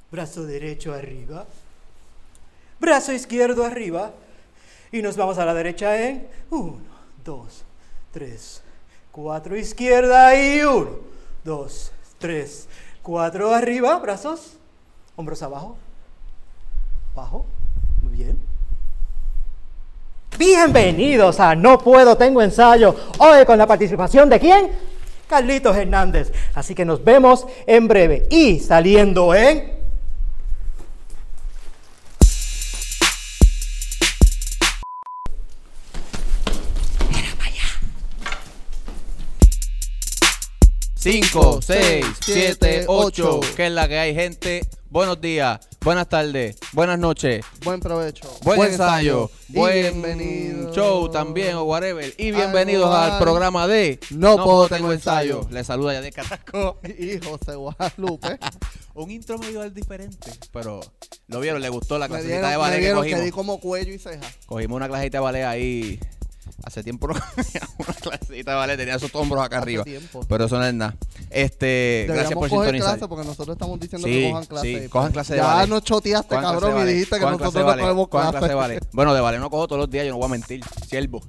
Brazo derecho arriba. Brazo izquierdo arriba. Y nos vamos a la derecha en 1, 2, 3, 4. Izquierda y 1, 2, 3, 4. Arriba, brazos. Hombros abajo. Abajo. Muy bien. Bienvenidos a No Puedo, Tengo Ensayo. Hoy con la participación de ¿quién? Carlitos Hernández. Así que nos vemos en breve. Y saliendo en... Era para allá. 5, 6, 7, 8. ¿Qué es la que hay, gente? Buenos días, buenas tardes, buenas noches. Buen provecho. Buen ensayo. Buen bienvenido. show también o whatever. Y bienvenidos al programa de No Puedo, Tengo Ensayo. Les saluda Yadier Carrasco. Y José Guadalupe. Un intro medio diferente, pero lo vieron, le gustó la Me clasita de ballet que cogimos. que di como cuello y ceja. Cogimos una clasita de ballet ahí. Hace tiempo no cogía una clasita de ballet, tenía esos hombros acá arriba. Tiempo. Pero eso no es nada. Gracias por coger sintonizar. clase porque nosotros estamos diciendo Sí, que cojan clase. sí, cojan clase de ya ballet. nos choteaste, Cojan clase de cabrón, y ballet. dijiste que Cojan nosotros clase de no ballet. cogemos Cojan clase. clase de ballet. Bueno, de ballet no cojo todos los días, yo no voy a mentir. Siervo.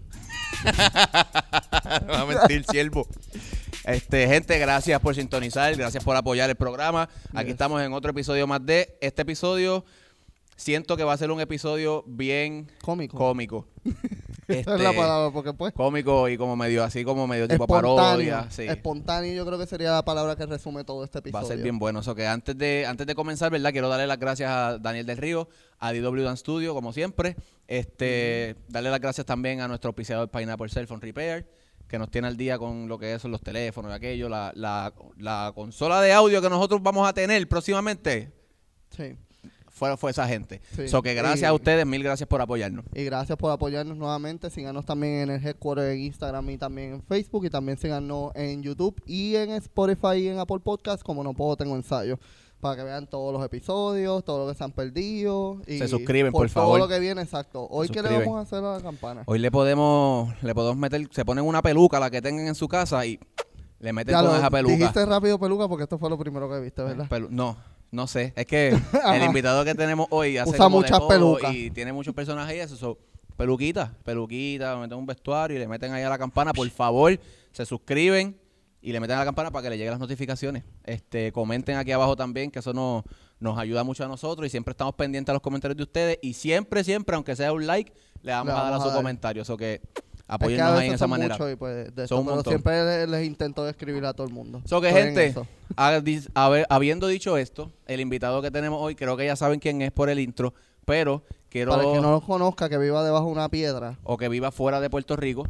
No voy a mentir, siervo. Gente, gracias por sintonizar, gracias por apoyar el programa. Aquí estamos en otro episodio más de este episodio. Siento que va a ser un episodio bien cómico. Esa es la palabra, porque pues Cómico y como medio así, como medio tipo parodia. Sí. Espontáneo, yo creo que sería la palabra que resume todo este episodio. Va a ser bien bueno. Eso que antes de comenzar, ¿verdad? Quiero darle las gracias a Daniel del Río, a DW Dance Studio, como siempre. Darle las gracias también a nuestro auspiciador Pineapple Cell Phone Repair, que nos tiene al día con lo que son los teléfonos y aquello, la consola de audio que nosotros vamos a tener próximamente. Sí. Fue esa gente. Sí. So que gracias a ustedes, mil gracias por apoyarnos. Y gracias por apoyarnos nuevamente. Síganos también en el headquarter en Instagram y también en Facebook. Y también síganos en YouTube y en Spotify y en Apple Podcast como No Puedo, Tengo Ensayo. Para que vean todos los episodios, todo lo que se han perdido. Y se suscriben, por favor. Todo lo que viene, exacto. Hoy, ¿qué le vamos a hacer a la campana? Hoy le podemos meter, se ponen una peluca, la que tengan en su casa, y le meten Ya con esa peluca. Dijiste rápido peluca porque esto fue lo primero que viste, ¿verdad? No sé, es que el invitado que tenemos hoy hace Usa como muchas de todo pelucas. y tiene muchos personajes y eso. Peluquita, meten un vestuario y le meten ahí a la campana. Por favor, se suscriben y le meten a la campana para que le lleguen las notificaciones. Comenten aquí abajo también, que eso nos ayuda mucho a nosotros y siempre estamos pendientes a los comentarios de ustedes. Y siempre, aunque sea un like, le vamos a dar a sus comentarios. O que apóyennos ahí en esa manera. Y pues, Son un pero montón. siempre les intento escribir a todo el mundo. So que Estoy en gente, eso. habiendo dicho esto, el invitado que tenemos hoy, creo que ya saben quién es por el intro, pero quiero... Para el que no lo conozca, que viva debajo de una piedra. O que viva fuera de Puerto Rico,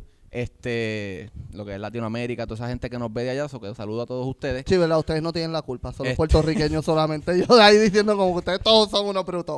lo que es Latinoamérica, toda esa gente que nos ve de allá, so que saludo a todos ustedes. Sí, ¿verdad? Ustedes no tienen la culpa, son los puertorriqueños solamente. Yo de ahí diciendo como que ustedes todos son unos brutos.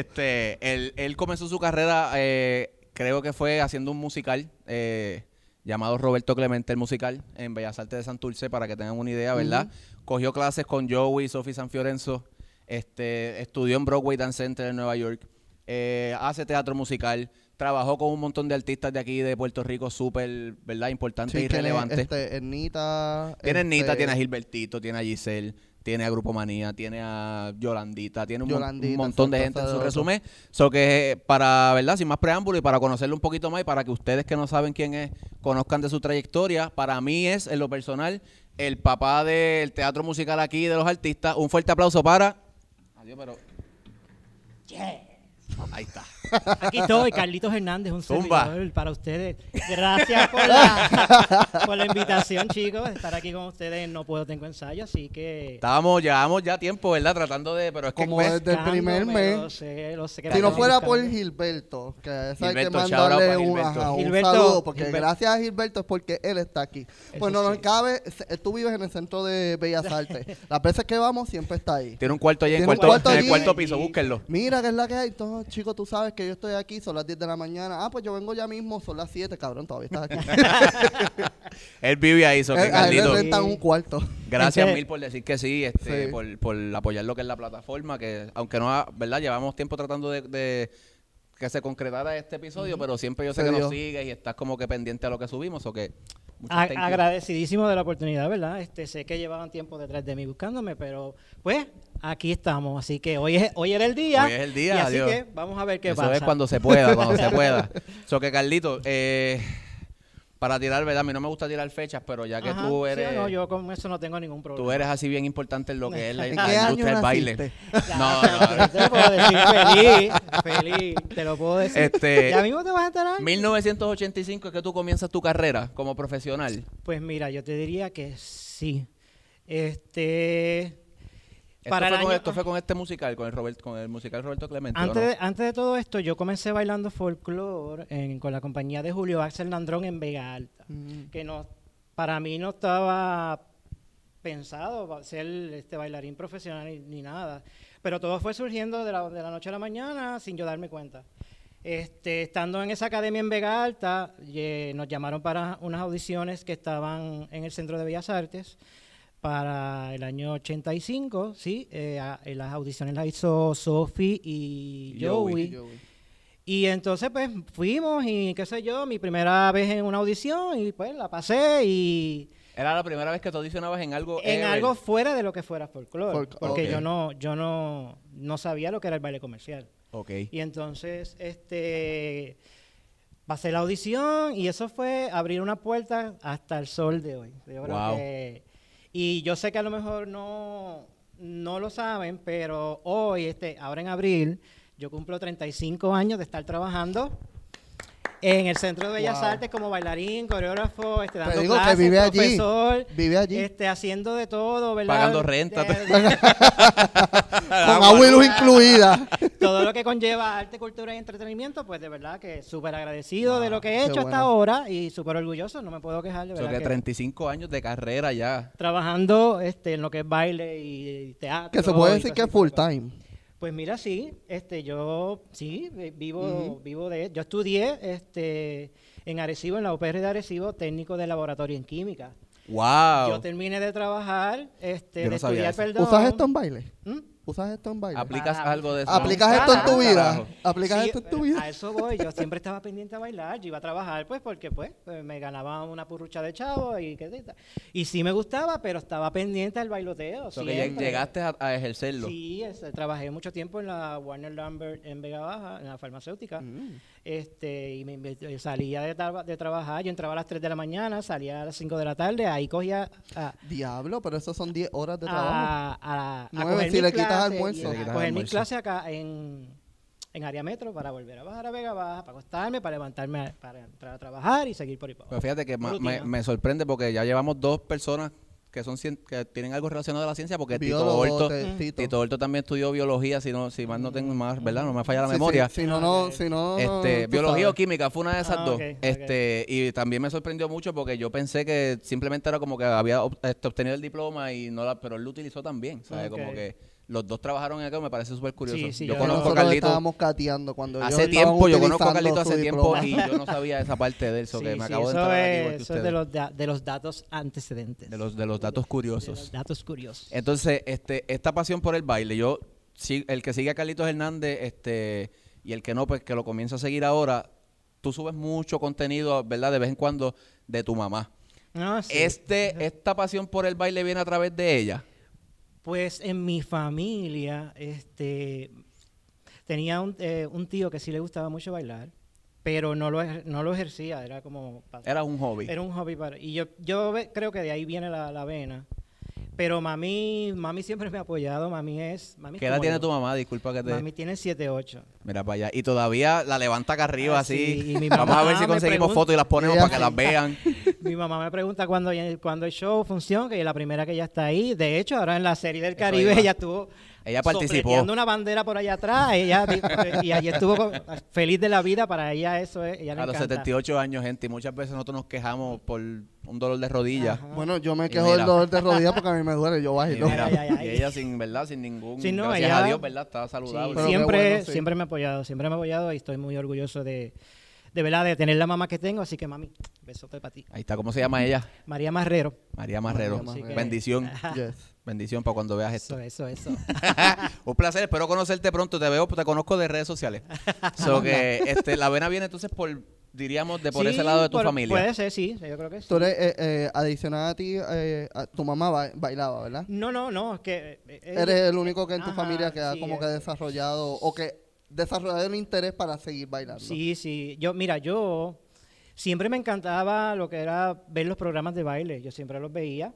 Él comenzó su carrera, creo que fue haciendo un musical llamado Roberto Clemente, el musical, en Bellas Artes de Santurce, para que tengan una idea, ¿verdad? Cogió clases con Joey, Sophie Sanfiorenzo, estudió en Broadway Dance Center en Nueva York, hace teatro musical, trabajó con un montón de artistas de aquí de Puerto Rico súper, ¿verdad? Importantes y relevantes. Ernita. Tiene a Ernita, tiene a Gilbertito, tiene a Giselle, tiene a Grupo Manía, tiene a Yolandita, tiene un montón de gente en su resumen. So que para, ¿verdad? Sin más preámbulo y para conocerlo un poquito más y para que ustedes que no saben quién es, conozcan de su trayectoria, para mí es, en lo personal, el papá del teatro musical aquí, de los artistas. Un fuerte aplauso para... Adiós, pero... Ahí está. Aquí estoy, Carlitos Hernández, un Zumba. servidor para ustedes. Gracias por la invitación, chicos. Estar aquí con ustedes No Puedo, Tengo Ensayo, así que... Llevamos ya tiempo, ¿verdad? Tratando de... Pero es que... Como desde el primer mes. Lo sé que Si no me fuera están por buscando. Gilberto, que eso hay que Gilberto, mandarle shout out para un Gilberto. saludo, porque Gilberto. gracias a Gilberto es porque él está aquí. Pues no nos sí. cabe, tú vives en el centro de Bellas Artes. Las veces que vamos siempre está ahí. Tiene un cuarto allí en, Tiene un cuarto en el allí. cuarto piso, búsquenlo. Mira que es la que hay. Entonces, chicos, tú sabes que yo estoy aquí, son las 10 de la mañana. Ah, pues yo vengo ya mismo, son las 7, cabrón, todavía estás aquí. Él vive ahí, so que A él le Carlito, rentan un cuarto. gracias Ese- mil por decir que sí, Sí. por apoyar lo que es la plataforma, que aunque no, ¿verdad? Llevamos tiempo tratando de que se concretara este episodio, pero siempre yo sé Se que dio. nos sigues y estás como que pendiente a lo que subimos, o que Muchas thank you. Agradecidísimo de la oportunidad, ¿verdad? Sé que llevaban tiempo detrás de mí buscándome, pero pues aquí estamos. Así que hoy era el día. Hoy es el día, y así adiós. que vamos a ver qué Eso pasa. es cuando se pueda, cuando se pueda. So que Carlito, para tirar, ¿verdad? A mí no me gusta tirar fechas, pero ya que Ajá, tú sí eres... o no, yo con eso no tengo ningún problema. Tú eres así bien importante en lo que es la ¿En qué año industria del baile. naciste? No, Te lo puedo decir feliz, te lo puedo decir. Ya mismo te vas a enterar. 1985 es que tú comienzas tu carrera como profesional. Pues mira, yo te diría que sí. Esto fue con este musical, con el musical Roberto Clemente, ¿o no? Antes de todo esto, yo comencé bailando folclore con la compañía de Julio Axel Nandrón en Vega Alta, que para mí no estaba pensado ser bailarín profesional ni nada, pero todo fue surgiendo de la noche a la mañana sin yo darme cuenta. Estando en esa academia en Vega Alta, nos llamaron para unas audiciones que estaban en el Centro de Bellas Artes para el año 85, sí, las audiciones las hizo Sophie y Joey. Y entonces pues fuimos y qué sé yo, mi primera vez en una audición y pues la pasé y... ¿Era la primera vez que tú audicionabas en algo? algo fuera de lo que fuera folclore, porque okay. yo no sabía lo que era el baile comercial. Okay. Y entonces pasé la audición y eso fue abrir una puerta hasta el sol de hoy. Yo creo que... Y yo sé que a lo mejor no lo saben, pero hoy, ahora en abril, yo cumplo 35 años de estar trabajando en el Centro de Bellas Artes como bailarín, coreógrafo, dando clases, que vive allí, profesor, vive allí. Haciendo de todo, ¿verdad? Pagando renta. Con agua y luz incluida. Todo lo que conlleva arte, cultura y entretenimiento, pues de verdad que súper agradecido de lo que he hecho hasta bueno. ahora y súper orgulloso, no me puedo quejar, de verdad. Que 35 años de carrera ya. Trabajando en lo que es baile y teatro. Que se puede y decir todo que ese es full tipo de cosas. time. Pues mira, sí, yo sí vivo de... Yo estudié en Arecibo, en la UPR de Arecibo, técnico de laboratorio en química. ¡Wow! Yo terminé de trabajar, Yo no sabía estudiar, eso. perdón. ¿Usas esto en baile? ¿Mm? ¿Usas esto en baile? ¿Aplicas algo de eso? ¿Aplicas esto en tu vida? Carajo. ¿Aplicas Sí, esto en tu vida? A eso voy, yo siempre estaba pendiente a bailar, yo iba a trabajar pues porque me ganaba una purrucha de chavo y sí me gustaba, pero estaba pendiente al bailoteo. So que siempre. llegaste a ejercerlo. Sí, trabajé mucho tiempo en la Warner Lambert en Vega Baja, en la farmacéutica, y salía de trabajar, yo entraba a las 3 de la mañana, salía a las 5 de la tarde, ahí cogía Diablo, pero eso son 10 horas de trabajo. a 9 coger si mis le quitas clases, almuerzo. y a Le quitas coger mis almuerzo. clases acá en área metro para volver a bajar a Vega Baja, para acostarme, para levantarme, para entrar a trabajar y seguir por ahí para Pero abajo. fíjate que Rutina. me sorprende porque ya llevamos 2 personas que tienen algo relacionado a la ciencia, porque Biólogo, Tito Horto también estudió biología, si mal no tengo más, ¿verdad? No me falla la Sí, memoria. sí, si no, tú Biología sabes. o química fue una de esas dos. ok. Y también me sorprendió mucho porque yo pensé que simplemente era como que había obtenido el diploma pero él lo utilizó también, ¿sabes? Ok. Como que los dos trabajaron en aquello, me parece súper curioso. Sí, yo yo- conozco a Nosotros Carlito estábamos cateando cuando ellos hace estaban tiempo, yo conozco a utilizando Carlito hace su tiempo diploma. y yo no sabía esa parte de eso, Sí, que me sí, acabo de eso entrar aquí igual que eso es ustedes. de los datos antecedentes. De los datos De los curiosos. datos curiosos. Entonces, esta pasión por el baile, el que sigue a Carlitos Hernández, y el que no, pues que lo comienza a seguir ahora, tú subes mucho contenido, ¿verdad? De vez en cuando, de tu mamá. No, sí. Esta pasión por el baile viene a través de ella. Pues en mi familia, tenía un tío que sí le gustaba mucho bailar, pero no lo ejercía, era como... Era un hobby. Era un hobby y yo creo que de ahí viene la vena. Pero mami siempre me ha apoyado, mami es ¿Qué edad tiene tu mamá? Disculpa que te... Mami tiene 7'8". Mira para allá. Y todavía la levanta acá arriba, así. Sí, y mi Vamos a mamá ver si me conseguimos pregunta- fotos y las ponemos Ella para que las vean. Mi mamá me pregunta cuando el show funciona, que es la primera que ella está ahí. De hecho, ahora en la serie del Caribe iba. ella estuvo Ella participó. sopleteando una bandera por allá atrás. Y allí estuvo feliz de la vida. Para ella eso es, ella le A los encanta. 78 años, gente. Y muchas veces nosotros nos quejamos por un dolor de rodilla. Ajá. Bueno, yo me Y quejo mira. del dolor de rodillas porque a mí me duele, yo Y, bailo. mira, Ay. y ella sin ningún... Sí, no, gracias ella- a Dios, ¿verdad? Está Sí, saludable. Pero siempre, qué bueno, sí. siempre me ha apoyado y estoy muy orgulloso de verdad de tener la mamá que tengo. Así que mami, besote para ti. Ahí está. ¿Cómo se llama ella? María Marrero. María Marrero. María Marrero. Bendición. Yes. Bendición para cuando veas esto. Eso. Un placer. Espero conocerte pronto. Te conozco de redes sociales. So que la vena viene entonces diríamos, de por Sí, ese lado de tu familia. Puede ser, sí, yo creo que sí. Tú eres, adicional a ti, tu mamá bailaba, ¿verdad? No, es que... Eres el único que en tu Ajá, familia que ha sí, como que desarrollado, o que desarrollado el interés para seguir bailando. Sí. Yo siempre me encantaba lo que era ver los programas de baile. Yo siempre los veía,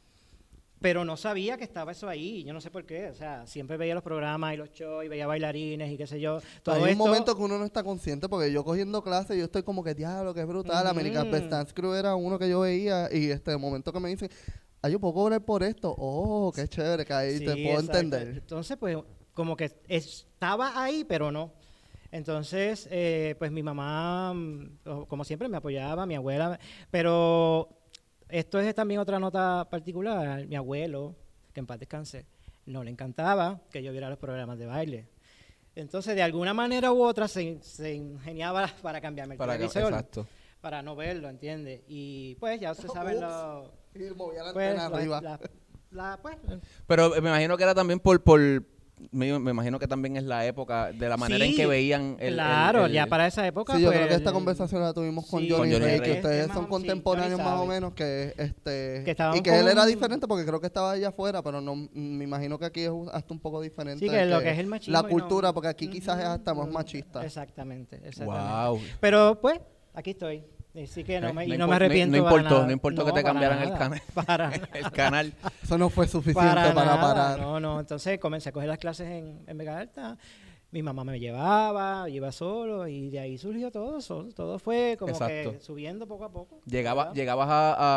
pero no sabía que estaba eso ahí. Yo no sé por qué. O sea, siempre veía los programas y los shows y veía bailarines y qué sé yo. Todo Hay un esto, momento que uno no está consciente, porque yo cogiendo clases, yo estoy como que, diablo, que es brutal. American Best Dance Crew era uno que yo veía, y el momento que me dicen, yo puedo cobrar por esto. Oh, qué chévere, que ahí sí, te puedo exacto. entender. Entonces, pues, como que estaba ahí, pero no. Entonces, pues mi mamá, como siempre, me apoyaba, mi abuela, pero esto es también otra nota particular. Mi abuelo, que en paz descanse, no le encantaba que yo viera los programas de baile. Entonces, de alguna manera u otra, se ingeniaba para cambiarme el televisor, Exacto. para no verlo, ¿entiendes? Y pues ya usted sabe lo... Y movía la Pues, antena arriba. pues, Pero me imagino que era también me imagino que también es la época de la manera en sí, que veían claro, ya para esa época. Sí, yo pues, creo que esta conversación la tuvimos con sí, Johnny con Johnny Rey, Rey. que ustedes Es son más, contemporáneos sí, más o Johnny menos, que y estaban que él con- era diferente porque creo que estaba allá afuera, pero no me imagino que aquí es hasta un poco diferente. Sí, que lo que es el machismo la y no- cultura, porque aquí quizás es hasta más Ujú, machista. Exactamente. Wow. Pero pues, aquí estoy. Así que no me arrepiento. No para importó, nada. no importó que te para cambiaran el nada, canal. Para El canal. Eso no fue suficiente para para nada, parar. No. Entonces comencé a coger las clases en Vega Alta. Mi mamá me llevaba, iba solo y de ahí surgió todo eso. Todo fue como Exacto. que subiendo poco a poco. Llegabas ¿verdad?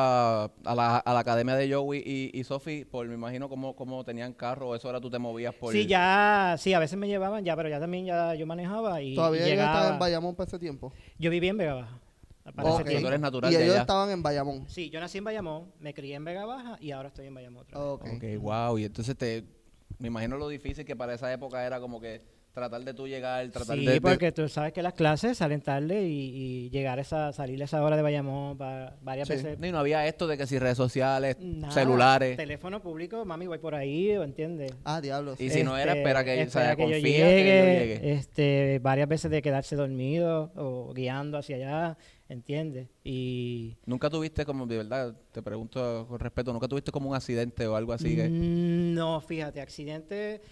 a la academia de Joey y Sophie, me imagino cómo tenían carro, o eso era tú te movías por... Sí, a veces me llevaban pero ya también yo manejaba y Todavía ellos llegaba. estaban en Bayamón para ese tiempo. Yo vivía en Vega Baja. para ese Ok. tiempo. Tú eres natural Y de ellos allá. estaban en Bayamón. Sí, yo nací en Bayamón, me crié en Vega Baja y ahora estoy en Bayamón otra vez. Ok. Ok, wow. Y entonces me imagino lo difícil que para esa época era como que tratar de tú llegar, tratar Sí, de... porque tú sabes que las clases salen tarde y salir a esa hora de Bayamón varias Sí. veces. Y no había esto de que si redes sociales, Nada, celulares. teléfono público, mami, voy por ahí, ¿entiendes? Diablos. Y si no era, espera que, espera que yo confía que yo llegue. varias veces de quedarse dormido o guiando hacia allá, ¿entiendes? Y ¿Nunca tuviste como, de verdad, te pregunto con respeto, nunca tuviste como un accidente o algo así que... no, fíjate, accidente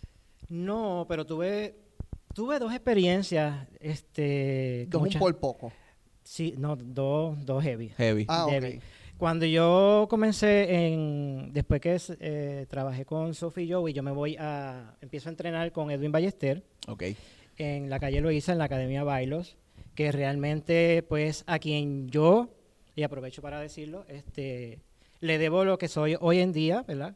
no, pero tuve dos experiencias, Dos un por poco. sí, no, dos heavy. Heavy. Ok. Heavy. Cuando yo comencé después que trabajé con Sophie y Joey, yo empiezo a entrenar con Edwin Ballester Ok. en la calle Loíza, en la Academia Bailos, que realmente, pues, a quien yo, y aprovecho para decirlo, le debo lo que soy hoy en día, ¿verdad?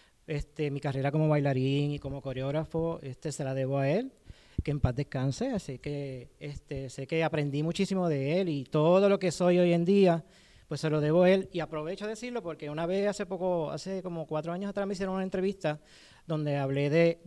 Mi carrera como bailarín y como coreógrafo, se la debo a él, que en paz descanse, así que sé que aprendí muchísimo de él y todo lo que soy hoy en día, pues se lo debo a él. Y aprovecho de decirlo porque una vez hace como 4 años atrás me hicieron una entrevista donde hablé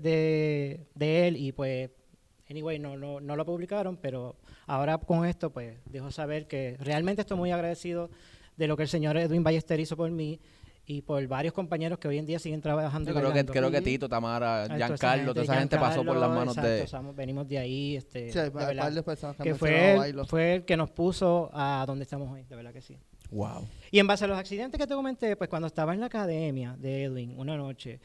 de él y pues, anyway, no lo publicaron, pero ahora con esto pues dejo saber que realmente estoy muy agradecido de lo que el señor Edwin Ballester hizo por mí y por varios compañeros que hoy en día siguen trabajando. Yo y bailando. creo que Tito, Tamara, Toda Giancarlo, toda esa gente pasó por las manos de... Exacto, venimos de ahí, Sí, hay de un verdad, par de personas que que han mencionado fue Bailos. el que nos puso a donde estamos hoy, de verdad que sí. Wow. Y en base a los accidentes que te comenté, pues cuando estaba en la academia de Edwin una noche,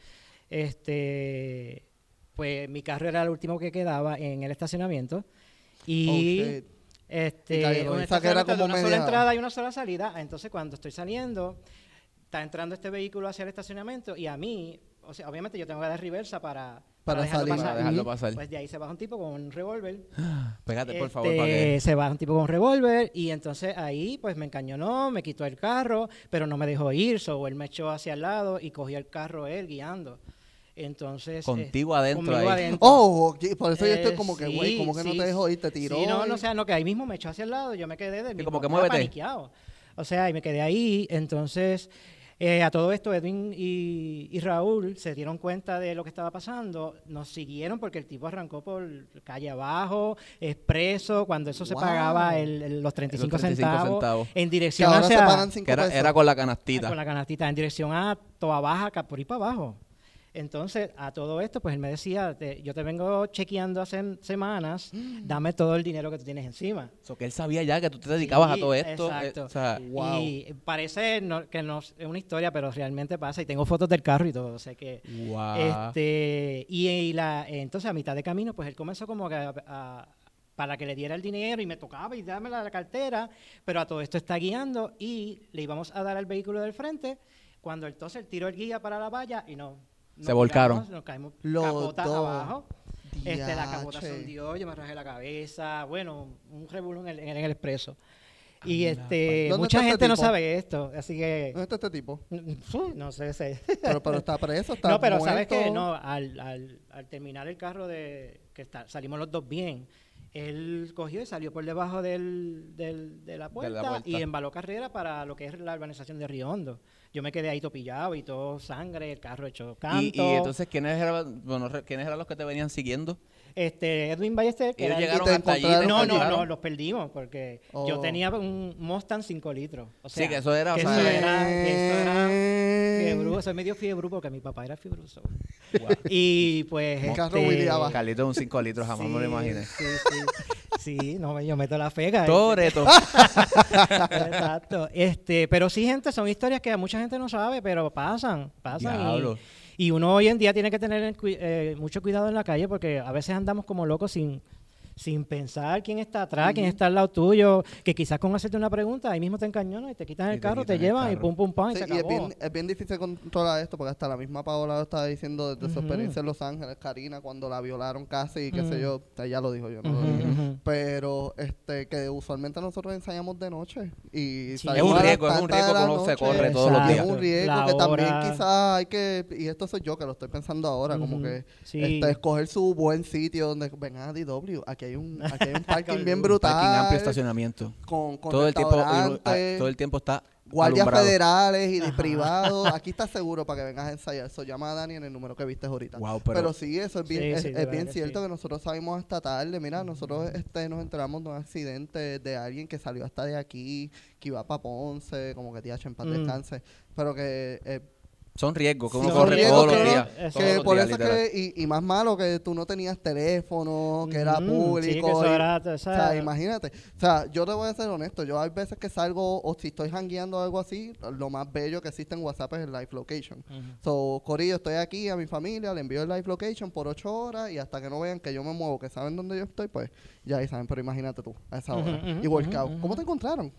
pues mi carro era el último que quedaba en el estacionamiento y Oh, shit. Y Calle un Loíza, que era estacionamiento de como una sola media- entrada y una sola salida. Entonces cuando estoy saliendo, está entrando este vehículo hacia el estacionamiento y a mí, o sea, obviamente yo tengo que dar reversa para dejarlo salir. pasar. Para dejarlo pasar. Pues de ahí se baja un tipo con un revólver. Pégate, por favor, para que... Se baja un tipo con revólver y entonces ahí pues me encañonó, me quitó el carro, pero no me dejó ir, él me echó hacia el lado y cogió el carro él guiando. Entonces... Contigo adentro conmigo ahí. adentro. Oh, ok, por eso yo estoy como que, Sí, güey, como que no sí, te dejo ir, te tiró. Sí, no, y- o sea, no, que ahí mismo me echó hacia el lado, yo me quedé del Sí, mismo, como que estaba muévete. paniqueado. O sea, y me quedé ahí, entonces... a todo esto, Edwin y Raúl se dieron cuenta de lo que estaba pasando, nos siguieron porque el tipo arrancó por calle abajo, expreso, cuando eso se Wow. pagaba los 35 centavos, en Que dirección ahora se hacia... pagan 5 Que pesos. era con la canastita. con la canastita, en dirección a Toa Baja, por ahí para abajo. Entonces, a todo esto, pues él me decía, yo te vengo chequeando hace semanas, dame todo el dinero que tú tienes encima. So que él sabía ya que tú te dedicabas a todo esto. Exacto. O sea, Wow. Y parece que no es una historia, pero realmente pasa. Y tengo fotos del carro y todo. O sea que, wow. entonces a mitad de camino, pues él comenzó como que para que le diera el dinero y me tocaba y dame la cartera, pero a todo esto está guiando y le íbamos a dar al vehículo del frente cuando entonces tiró el guía para la valla y Se volcaron. Nos caímos Los capota dos. abajo. La capota se Diache. hundió, yo me rajé la cabeza, bueno, un revolú en el expreso. Y ¿Dónde está mucha este gente no tipo? sabe esto, así que ¿Dónde está este tipo? no sé. Pero está preso, está No, pero muerto. sabes que no, al terminar el carro salimos los dos bien. Él cogió y salió por debajo de la puerta y embaló carrera para lo que es la urbanización de Río Hondo. Yo me quedé ahí topillado y todo sangre, el carro hecho canto. Y entonces, ¿quiénes eran los que te venían siguiendo? Edwin Ballester, que Ellos era llegaron te hasta allí. encontraron. No, los perdimos porque yo tenía un Mustang 5 litros. O sea, Sí, que eso era, que o sea, eso era fiebru, eso es medio fiebru porque mi papá era fiebruso. Y pues El carro huileaba. Carlito, un 5 litros, jamás me lo imaginé. Sí, no, yo meto la fega. Toreto. Exacto. Pero sí, gente, son historias que mucha gente no sabe, pero pasan. Diablo. Y uno hoy en día tiene que tener mucho cuidado en la calle porque a veces andamos como locos sin pensar quién está atrás, quién está al lado tuyo, que quizás con hacerte una pregunta, ahí mismo te encañonan y te quitan el carro, te llevan y pum, pum, pam, y se Sí, y acabó. es bien difícil controlar esto, porque hasta la misma Paola lo estaba diciendo desde su Ujú. experiencia en Los Ángeles, Karina, cuando la violaron casi, y qué sé Ujú. yo, ella lo dijo, yo no lo Ujú, dije. ujú. Pero que usualmente nosotros ensayamos de noche. Y Sí. Es salimos un a las riesgo tantas de que la uno se noche. corre todos los Exacto. días. Es un riesgo La que también hora. quizás hay que, y esto soy yo que lo estoy pensando ahora, como Ujú. que Sí. escoger su buen sitio donde vengan a DW. Aquí hay un parking bien brutal. Parking amplio, estacionamiento. Con Todo el tiempo, restaurantes, todo el tiempo está guardias alumbrado. federales y de privados. Aquí estás seguro para que vengas a ensayar. Eso llama a Dani en el número que viste ahorita. Wow, pero sí, eso es bien, Sí, sí, de es verdad bien que cierto sí. que nosotros salimos hasta tarde. Mira, nosotros nos enteramos de un accidente de alguien que salió hasta de aquí, que iba para Ponce, como que tía en paz descanse. Pero que son riesgos que Sí, uno son corre riesgos todos los que días. uno- todos que los por días, eso es literal. que, y más malo que tú no tenías teléfono, que era Ujú, público. sí, que eso y- era, o sea, imagínate. O sea, yo te voy a ser honesto. Yo hay veces que salgo o si estoy jangueando o algo así, lo más bello que existe en WhatsApp es el live location. Ujú. So, Corillo, estoy aquí a mi familia, le envío el live location por 8 horas y hasta que no vean que yo me muevo, que saben dónde yo estoy, pues ya ahí saben. Pero imagínate tú, a esa hora. Ujú, Y workout. ujú, ¿Cómo ujú. te encontraron?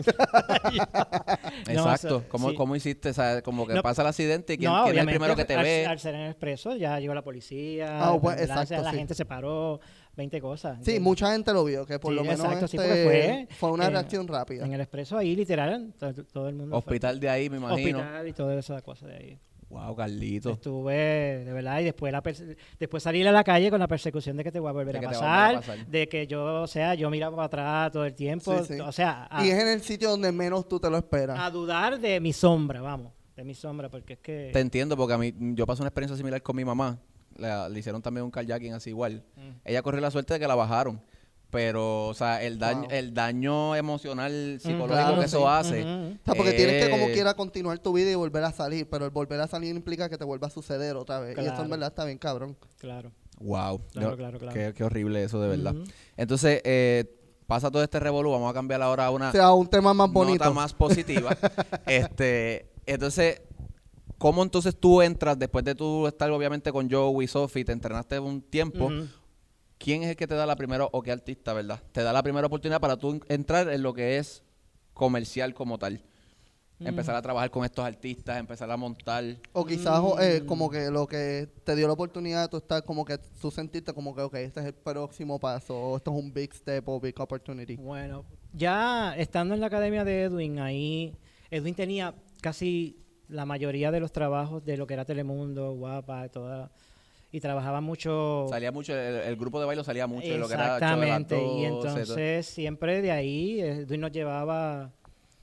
Exacto. eso- ¿Cómo, sí. cómo hiciste? O sea, como que No, pasa el accidente y quién, No, quién es el obviamente, primero que te ve. al ser en el expreso ya llegó la policía, Ah, pues, la ambulancia, exacto, la sí. gente se paró, 20 cosas. Sí, ¿entiendes? mucha gente lo vio, que por Sí, lo menos exacto, sí, porque fue una eh, reacción rápida. En el expreso ahí, literal, todo el mundo fue. Hospital de ahí, me imagino. Hospital y toda esa cosa de ahí. Wow, Carlito. Estuve, de verdad, y después salir a la calle con la persecución de que te voy a volver De a que te va a pasar, volver a pasar. de que yo miraba para atrás todo el tiempo, Sí, sí. o sea, Y es en el sitio donde menos tú te lo esperas. a dudar de mi sombra, vamos, de mi sombra, porque es que... Te entiendo, porque a mí, yo pasé una experiencia similar con mi mamá. Le hicieron también un kayaking así igual. Ella corrió la suerte de que la bajaron. Pero, o sea, el daño emocional, psicológico claro, que eso sí. hace. Ujú. O sea, porque tienes que como eh, quiera continuar tu vida y volver a salir, pero el volver a salir implica que te vuelva a suceder otra vez. Y eso Claro. en verdad está bien cabrón. Claro. Wow. Claro, claro, claro. Qué horrible eso, de verdad. Ujú. Entonces, pasa todo este revolú. Vamos a cambiar ahora a una O sea, un tema más bonito. nota más positiva. Entonces, ¿cómo entonces tú entras, después de tú estar obviamente con Joe y Sophie, te entrenaste un tiempo? Ujú. ¿Quién es el que te da la primera, o qué artista, verdad? Te da la primera oportunidad para tú entrar en lo que es comercial como tal. Empezar a trabajar con estos artistas, empezar a montar. O quizás como que lo que te dio la oportunidad de tú estar como que tú sentiste como que, ok, este es el próximo paso, o esto es un big step o big opportunity. Bueno, ya estando en la academia de Edwin, ahí Edwin tenía casi la mayoría de los trabajos de lo que era Telemundo, Guapa, y trabajaba mucho. Salía mucho, el grupo de baile salía mucho de lo que era el show de las Exactamente, y 12, todo. entonces siempre de ahí Edwin nos llevaba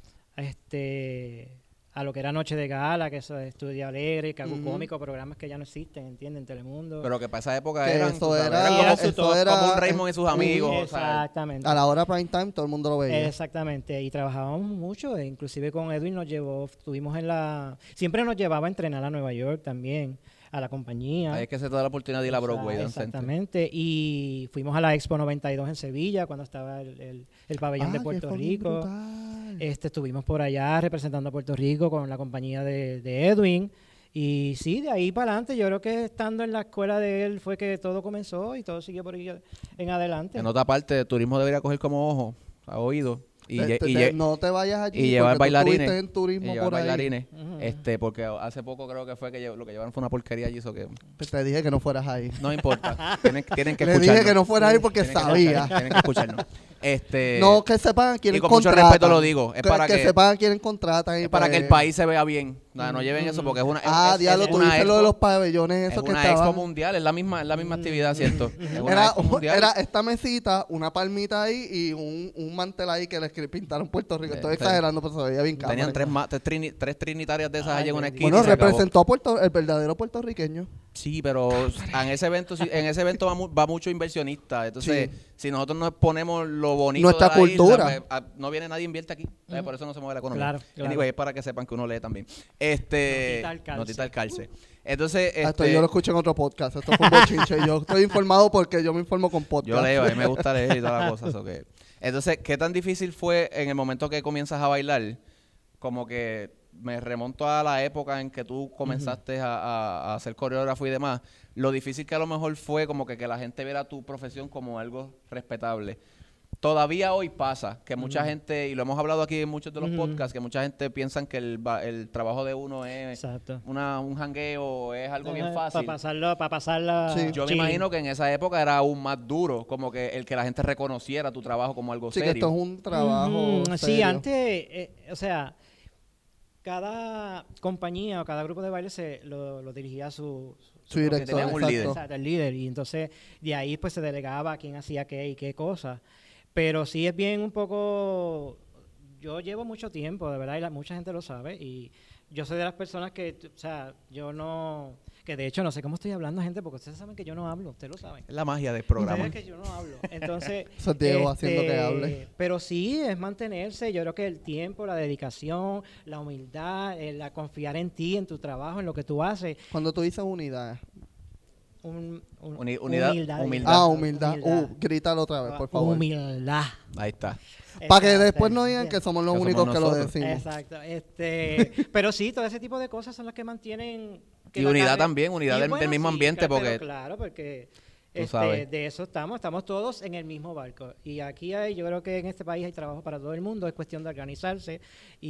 a lo que era Noche de Gala, que eso es Estudio Alegre, Cagu Ujú. Cómico, programas que ya no existen, ¿entienden? En Telemundo. Pero que para esa época Que eran, eso tú sabes, era- eran como, eso como era- un Raymond y sus amigos. o sea, Exactamente. A la hora prime time todo el mundo lo veía. Exactamente, y trabajábamos mucho, inclusive con Edwin siempre nos llevaba a entrenar a Nueva York también, a la compañía. Ahí es que se te da la oportunidad de ir a Broadway Dance Center. Exactamente, y fuimos a la Expo 92 en Sevilla cuando estaba el pabellón de Puerto Rico. Estuvimos por allá representando a Puerto Rico con la compañía de Edwin. Y sí, de ahí para adelante, yo creo que estando en la escuela de él fue que todo comenzó y todo siguió por ahí en adelante. En otra parte, el turismo debería coger como ojo, a oído. No te vayas allí y llevar porque tú bailarines estuviste en turismo y llevar por ahí. bailarines porque hace poco creo que fue que lo que llevaron fue una porquería allí, eso que Te dije que no fueras ahí. no importa, tienen que Le escucharnos. dije que no fueras ahí porque sabía. Tienen que escucharnos. No, que sepan a quién y con mucho contratan. respeto lo digo, es para que sepan a quién contratan. es para que el país se vea bien. No lleven eso porque es una diablo, tú dices lo de los pabellones, eso es que una estaban. expo mundial, es la misma actividad, ¿cierto? Es una Era, expo mundial. era esta mesita, una palmita ahí y un mantel ahí que les pintaron Puerto Rico. Estoy exagerando, pero se veía bien cabrón. Tenían tres trinitarias de esas allí en una esquina. Bueno, y se acabó. representó a el verdadero puertorriqueño. Sí, pero en ese evento va mucho inversionista. Entonces, si nosotros nos ponemos lo bonito Nuestra de la cultura. isla, pues, no viene nadie invierte aquí. Por eso no se mueve la economía. Claro. Anyway, es para que sepan que uno lee también. Notita al calce. Entonces, Esto yo lo escuché en otro podcast. Esto fue un bochinche. Yo estoy informado porque yo me informo con podcast. yo leo, a mí me gusta leer y todas las cosas. Okay. Entonces, ¿qué tan difícil fue en el momento que comienzas a bailar? Como que me remonto a la época en que tú comenzaste a ser coreógrafo y demás. Lo difícil que a lo mejor fue como que la gente viera tu profesión como algo respetable. Todavía hoy pasa que mucha gente, y lo hemos hablado aquí en muchos de los podcasts, que mucha gente piensan que el trabajo de uno es un jangueo, es algo bien fácil. Para pasarla. Sí. Yo me imagino que en esa época era aún más duro, como que el que la gente reconociera tu trabajo como algo Sí, serio. que esto es un trabajo Sí, serio. antes, cada compañía o cada grupo de baile lo dirigía su director, tenía un líder. Exacto, el líder. Y entonces de ahí pues se delegaba quién hacía qué y qué cosas. Pero sí es bien un poco... Yo llevo mucho tiempo, de verdad, y mucha gente lo sabe. Y yo soy de las personas que, yo no... Que de hecho no sé cómo estoy hablando, gente, porque ustedes saben que yo no hablo, ustedes lo saben. Es la magia del programa. Ustedes que yo no hablo. Entonces... Eso es Diego haciendo que hable. Pero sí, es mantenerse. Yo creo que el tiempo, la dedicación, la humildad, la confiar en ti, en tu trabajo, en lo que tú haces. Cuando tú dices unidad. Humildad. Humildad. Grítalo otra vez, por favor. Humildad. Ahí está. Para que después no digan que somos los Que únicos somos que lo nosotros. decimos. Exacto. Pero sí, todo ese tipo de cosas son las que mantienen... Y unidad también, unidad del mismo ambiente, porque... Claro, porque tú sabes. de eso estamos todos en el mismo barco. Y aquí yo creo que en este país hay trabajo para todo el mundo, es cuestión de organizarse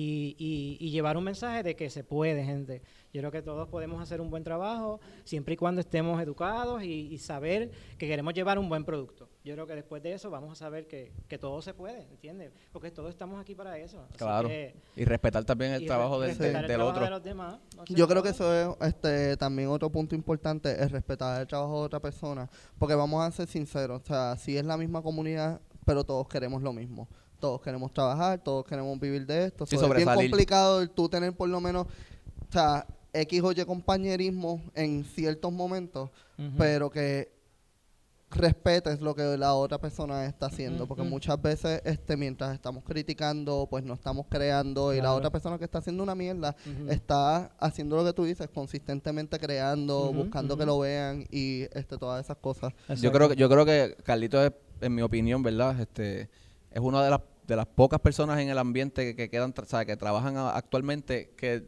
y llevar un mensaje de que se puede, gente. Yo creo que todos podemos hacer un buen trabajo siempre y cuando estemos educados y saber que queremos llevar un buen producto. Yo creo que después de eso vamos a saber que todo se puede, ¿entiendes? Porque todos estamos aquí para eso. Así Claro. que, Y respetar también el trabajo del trabajo otro. de los demás. Yo creo que eso es también otro punto importante, es respetar el trabajo de otra persona. Porque vamos a ser sinceros, o sea, sí es la misma comunidad, pero todos queremos lo mismo. Todos queremos trabajar, todos queremos vivir de esto. Sí, So, es bien sobresalir. complicado el tú tener por lo menos, o sea, X o Y compañerismo en ciertos momentos, pero que respetes lo que la otra persona está haciendo, porque muchas veces mientras estamos criticando, pues no estamos creando, y la otra persona que está haciendo una mierda está haciendo lo que tú dices, consistentemente creando, buscando que lo vean y todas esas cosas. Yo creo que Carlito es, en mi opinión, ¿verdad? Es una de las pocas personas en el ambiente que quedan, o sea, que trabajan actualmente que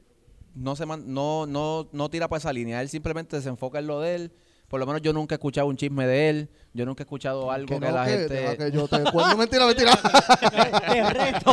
no tira por esa línea. Él simplemente se enfoca en lo de él. Por lo menos yo nunca he escuchado un chisme de él. Yo nunca he escuchado algo que la gente... Deja que yo te cuento. Mentira. Te reto.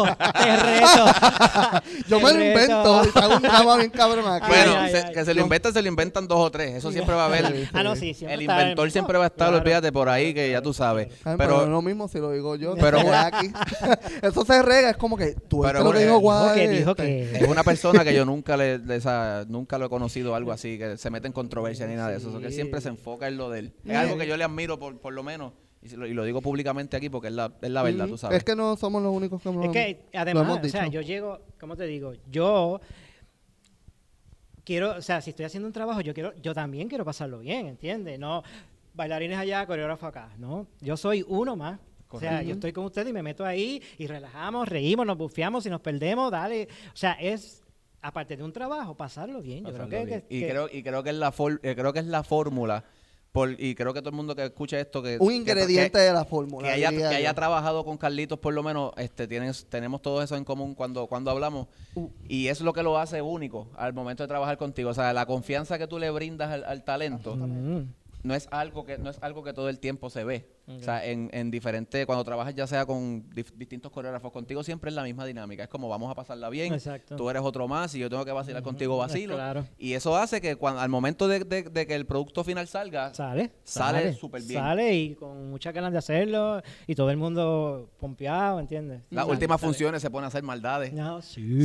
Yo me lo invento y te hago un drama bien cabrón aquí. Bueno, Ay, que se lo inventan 2 o 3. Eso siempre va a haber. Sí, siempre El está inventor siempre va a estar, claro. olvídate, por ahí, que ya tú sabes. Pero es lo mismo si lo digo yo. Pero- Pero aquí. Eso se rega. Es como que tú Pero lo que dijo Guay. que dijo que... es una persona que yo nunca nunca lo he conocido algo así, que se mete en controversia ni nada de eso. Que él siempre se enfoca en lo de él. Es algo que yo le admiro por lo menos. Y lo digo públicamente aquí porque es la verdad, tú sabes. Es que no somos los únicos que Es que lo además, hemos o sea, dicho. yo llego, ¿cómo te digo? Yo quiero, o sea, si estoy haciendo un trabajo, yo también quiero pasarlo bien, ¿entiendes? No bailarines allá, coreógrafo acá, ¿no? Yo soy uno más. O sea, yo estoy con ustedes y me meto ahí y relajamos, reímos, nos bufeamos, si nos perdemos, dale. O sea, aparte de un trabajo, pasarlo bien. Yo creo Pasarlo que, bien. Creo que es la fórmula. Y creo que todo el mundo que escuche esto un ingrediente de la fórmula. Que haya trabajado con Carlitos, por lo menos, tenemos todo eso en común cuando hablamos. Y es lo que lo hace único al momento de trabajar contigo. O sea, la confianza que tú le brindas al talento no es algo que todo el tiempo se ve. Okay. O sea, en diferentes, cuando trabajas ya sea con distintos coreógrafos, contigo siempre es la misma dinámica. Es como vamos a pasarla bien. Exacto. Tú eres otro más y yo tengo que vacilar contigo vacilo. Claro. Y eso hace que al momento de que el producto final salga, sale súper bien. Sale y con muchas ganas de hacerlo y todo el mundo pompeado, ¿entiendes? Las últimas funciones se ponen a hacer maldades. No, sí.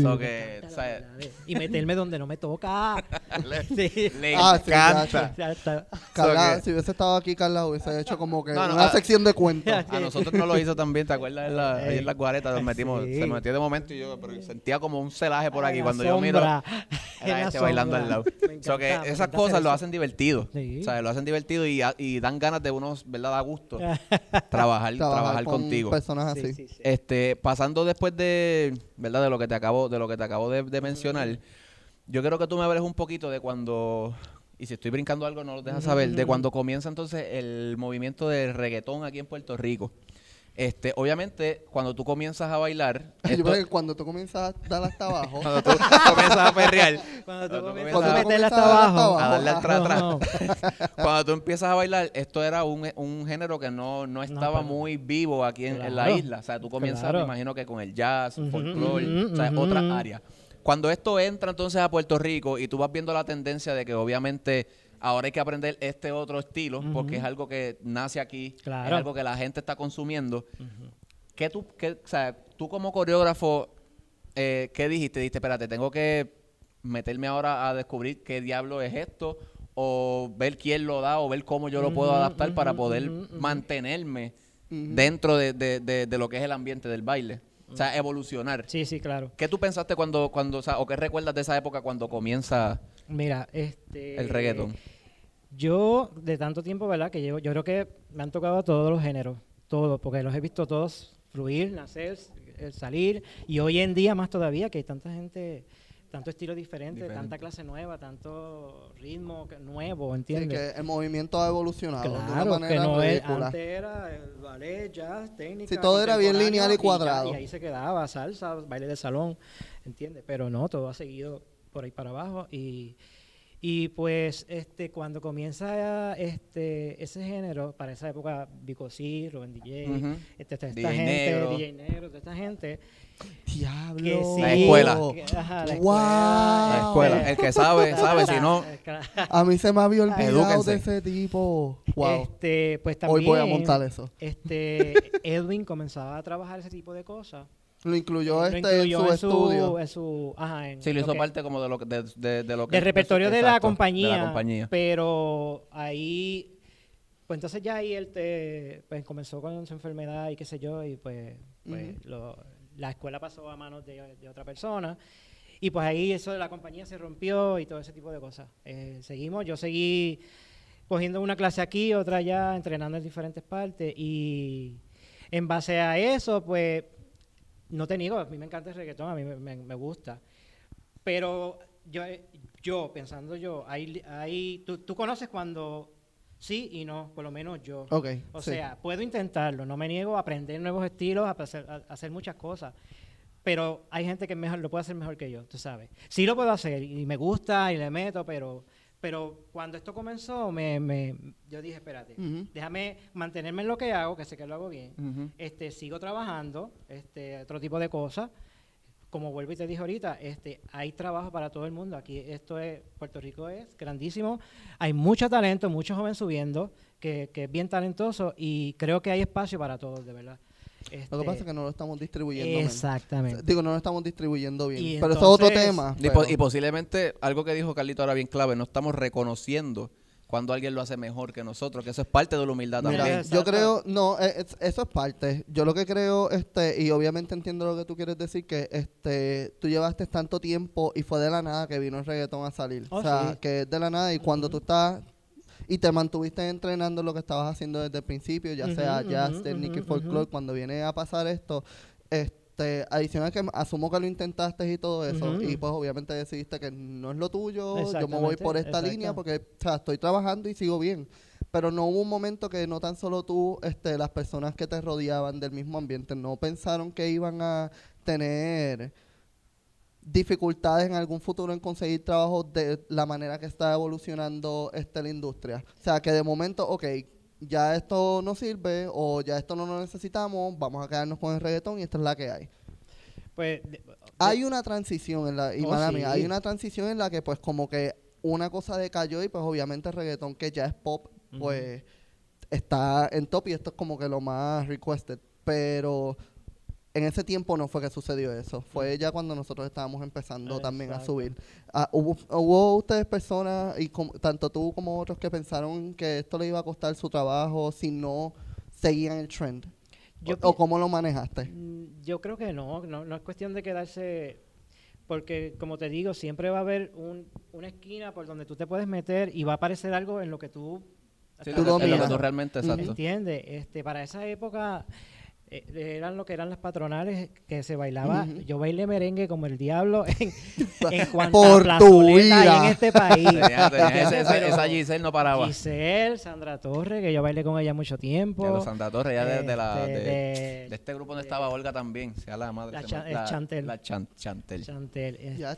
Y meterme donde no me toca. le encanta. Carla, si hubiese estado aquí, Carla hubiese hecho como que una sección de cuentos. A nosotros nos lo hizo también, ¿te acuerdas? Ahí en las guaretas nos metimos, se metió de momento y yo sentía como un celaje por aquí. Cuando yo miro, era bailando al lado. Que esas cosas lo hacen divertido. Sí. O sea, lo hacen divertido y dan ganas de unos, ¿verdad? Da gusto trabajar contigo. Personas así. Sí. Pasando después de, ¿verdad? De lo que te acabo de mencionar, yo quiero que tú me hables un poquito de cuando... Y si estoy brincando algo, no lo dejas saber. De cuando comienza entonces el movimiento del reggaetón aquí en Puerto Rico. Obviamente, cuando tú comienzas a bailar... Yo creo que cuando tú comienzas a dar hasta abajo... Cuando tú comienzas a perrear... Cuando tú comienzas a meterla hasta abajo... A darle atrás. Cuando tú empiezas a bailar, esto era un género que no estaba muy vivo aquí en la isla. O sea, tú comienzas, me imagino que con el jazz, folclore, o sea, otras áreas. Cuando esto entra entonces a Puerto Rico y tú vas viendo la tendencia de que obviamente ahora hay que aprender este otro estilo porque es algo que nace aquí, es algo que la gente está consumiendo. O sea, tú como coreógrafo, ¿qué dijiste? Dijiste, espérate, tengo que meterme ahora a descubrir qué diablo es esto o ver quién lo da o ver cómo yo lo puedo adaptar para poder mantenerme dentro de lo que es el ambiente del baile. O sea, evolucionar. Sí, claro. ¿Qué tú pensaste o qué recuerdas de esa época cuando comienza el reggaetón? Yo, de tanto tiempo, ¿verdad? Que llevo, yo creo que me han tocado todos los géneros, todos, porque los he visto todos fluir, nacer, salir, y hoy en día más todavía, que hay tanta gente, tanto estilo diferente, tanta clase nueva, tanto ritmo nuevo, ¿entiendes? Sí, que el movimiento ha evolucionado claro, de una manera que no ridícula. Antes era el ballet, jazz, técnica. Sí, todo era bien lineal y cuadrado. Y ahí se quedaba, salsa, baile de salón, ¿entiendes? Pero no, todo ha seguido por ahí para abajo y pues cuando comienza ese género, para esa época, Vico C, Rubén DJ, esta gente, DJ Negro, toda esta gente. Diablo. Que sí, la escuela. La escuela. El que sabe, si no. A mí se me había olvidado de ese tipo. Wow. Pues también, hoy voy a montar eso. Edwin comenzaba a trabajar ese tipo de cosas. Lo incluyó en su estudio. Sí, lo hizo parte como de lo que del repertorio de la compañía. Pero ahí, pues entonces ya ahí él pues comenzó con su enfermedad y qué sé yo, y pues la escuela pasó a manos de otra persona. Y pues ahí eso de la compañía se rompió y todo ese tipo de cosas. Yo seguí cogiendo una clase aquí, otra allá, entrenando en diferentes partes. Y en base a eso, pues, no te niego, a mí me encanta el reggaetón, a mí me gusta. Pero yo pensando tú conoces cuando sí y no, por lo menos yo. Okay, o sea, puedo intentarlo, no me niego a aprender nuevos estilos, a hacer muchas cosas. Pero hay gente que lo puede hacer mejor que yo, tú sabes. Sí lo puedo hacer y me gusta y le meto, pero cuando esto comenzó, yo dije, espérate, déjame mantenerme en lo que hago, que sé que lo hago bien. Sigo trabajando, otro tipo de cosas. Como vuelvo y te dije ahorita, hay trabajo para todo el mundo. Aquí Puerto Rico es grandísimo. Hay mucho talento, mucho joven subiendo, que es bien talentoso y creo que hay espacio para todos, de verdad. Lo que pasa es que no lo estamos distribuyendo. Exactamente. No lo estamos distribuyendo bien. Pero eso es otro tema. Y posiblemente, algo que dijo Carlito ahora bien clave, no estamos reconociendo cuando alguien lo hace mejor que nosotros, que eso es parte de la humildad también. Mira, yo creo, eso es parte. Yo lo que creo, y obviamente entiendo lo que tú quieres decir, que tú llevaste tanto tiempo y fue de la nada que vino el reggaetón a salir. O sea, sí, que es de la nada y cuando tú estás y te mantuviste entrenando lo que estabas haciendo desde el principio, ya sea jazz, técnica y folclore, cuando viene a pasar esto, adicional que asumo que lo intentaste y todo eso, y pues obviamente decidiste que no es lo tuyo, yo me voy por esta línea porque, o sea, estoy trabajando y sigo bien. Pero no hubo un momento que no tan solo tú, las personas que te rodeaban del mismo ambiente, no pensaron que iban a tener dificultades en algún futuro en conseguir trabajo de la manera que está evolucionando la industria. O sea, que de momento, ok, ya esto no sirve o ya esto no lo necesitamos, vamos a quedarnos con el reggaetón y esta es la que hay. Pues Hay una transición en la, y mala sí. mía, hay una transición en la que pues como que una cosa decayó y pues obviamente el reggaetón que ya es pop, pues está en top y esto es como que lo más requested, pero en ese tiempo no fue que sucedió eso, fue ya cuando nosotros estábamos empezando también a subir. ¿Hubo ustedes personas, y tanto tú como otros, que pensaron que esto le iba a costar su trabajo si no seguían el trend? ¿O cómo lo manejaste? Yo creo que no es cuestión de quedarse, porque como te digo, siempre va a haber una esquina por donde tú te puedes meter y va a aparecer algo en lo que tú... Sí, tú lo que dominas. tú realmente, exacto. ¿Entiendes? Para esa época eran lo que eran las patronales que se bailaba. Yo bailé merengue como el diablo en cuanto Por a tu plazoleta vida. ahí en este país. Esa Giselle no paraba. Giselle, Sandra Torres, que yo bailé con ella mucho tiempo. De los Sandra Torres, ya de este grupo donde estaba Olga también, sea la madre. Chantel. Chantel. Chantel.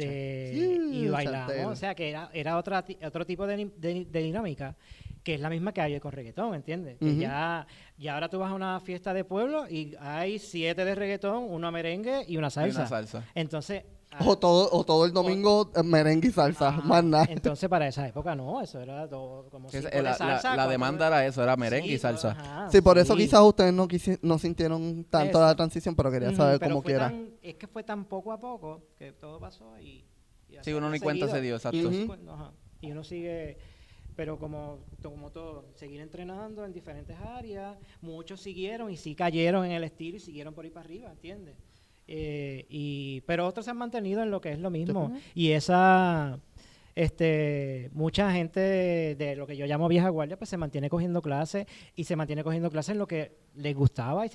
Sí, Y bailamos, Chantel. o sea que era otro tipo de dinámica, que es la misma que hay con reggaetón, ¿entiendes? Que ya ahora tú vas a una fiesta de pueblo y hay 7 de reggaetón, 1 merengue y una salsa. Entonces... O todo el domingo merengue y salsa, más nada. Entonces para esa época no, eso era todo como Sí, 5 de salsa. la demanda era eso, era merengue y salsa. Ajá, Sí, por eso quizás ustedes no sintieron tanto la transición, pero quería saber pero cómo fue quiera. Es que fue tan poco a poco que todo pasó y Sí, uno ni cuenta se dio, exacto. Y uno sigue, pero como todo, seguir entrenando en diferentes áreas. Muchos siguieron y sí cayeron en el estilo y siguieron por ahí para arriba, ¿entiendes? Pero otros se han mantenido en lo que es lo mismo. Y mucha gente de lo que yo llamo vieja guardia, pues se mantiene cogiendo clases y se mantiene cogiendo clases en lo que les gustaba y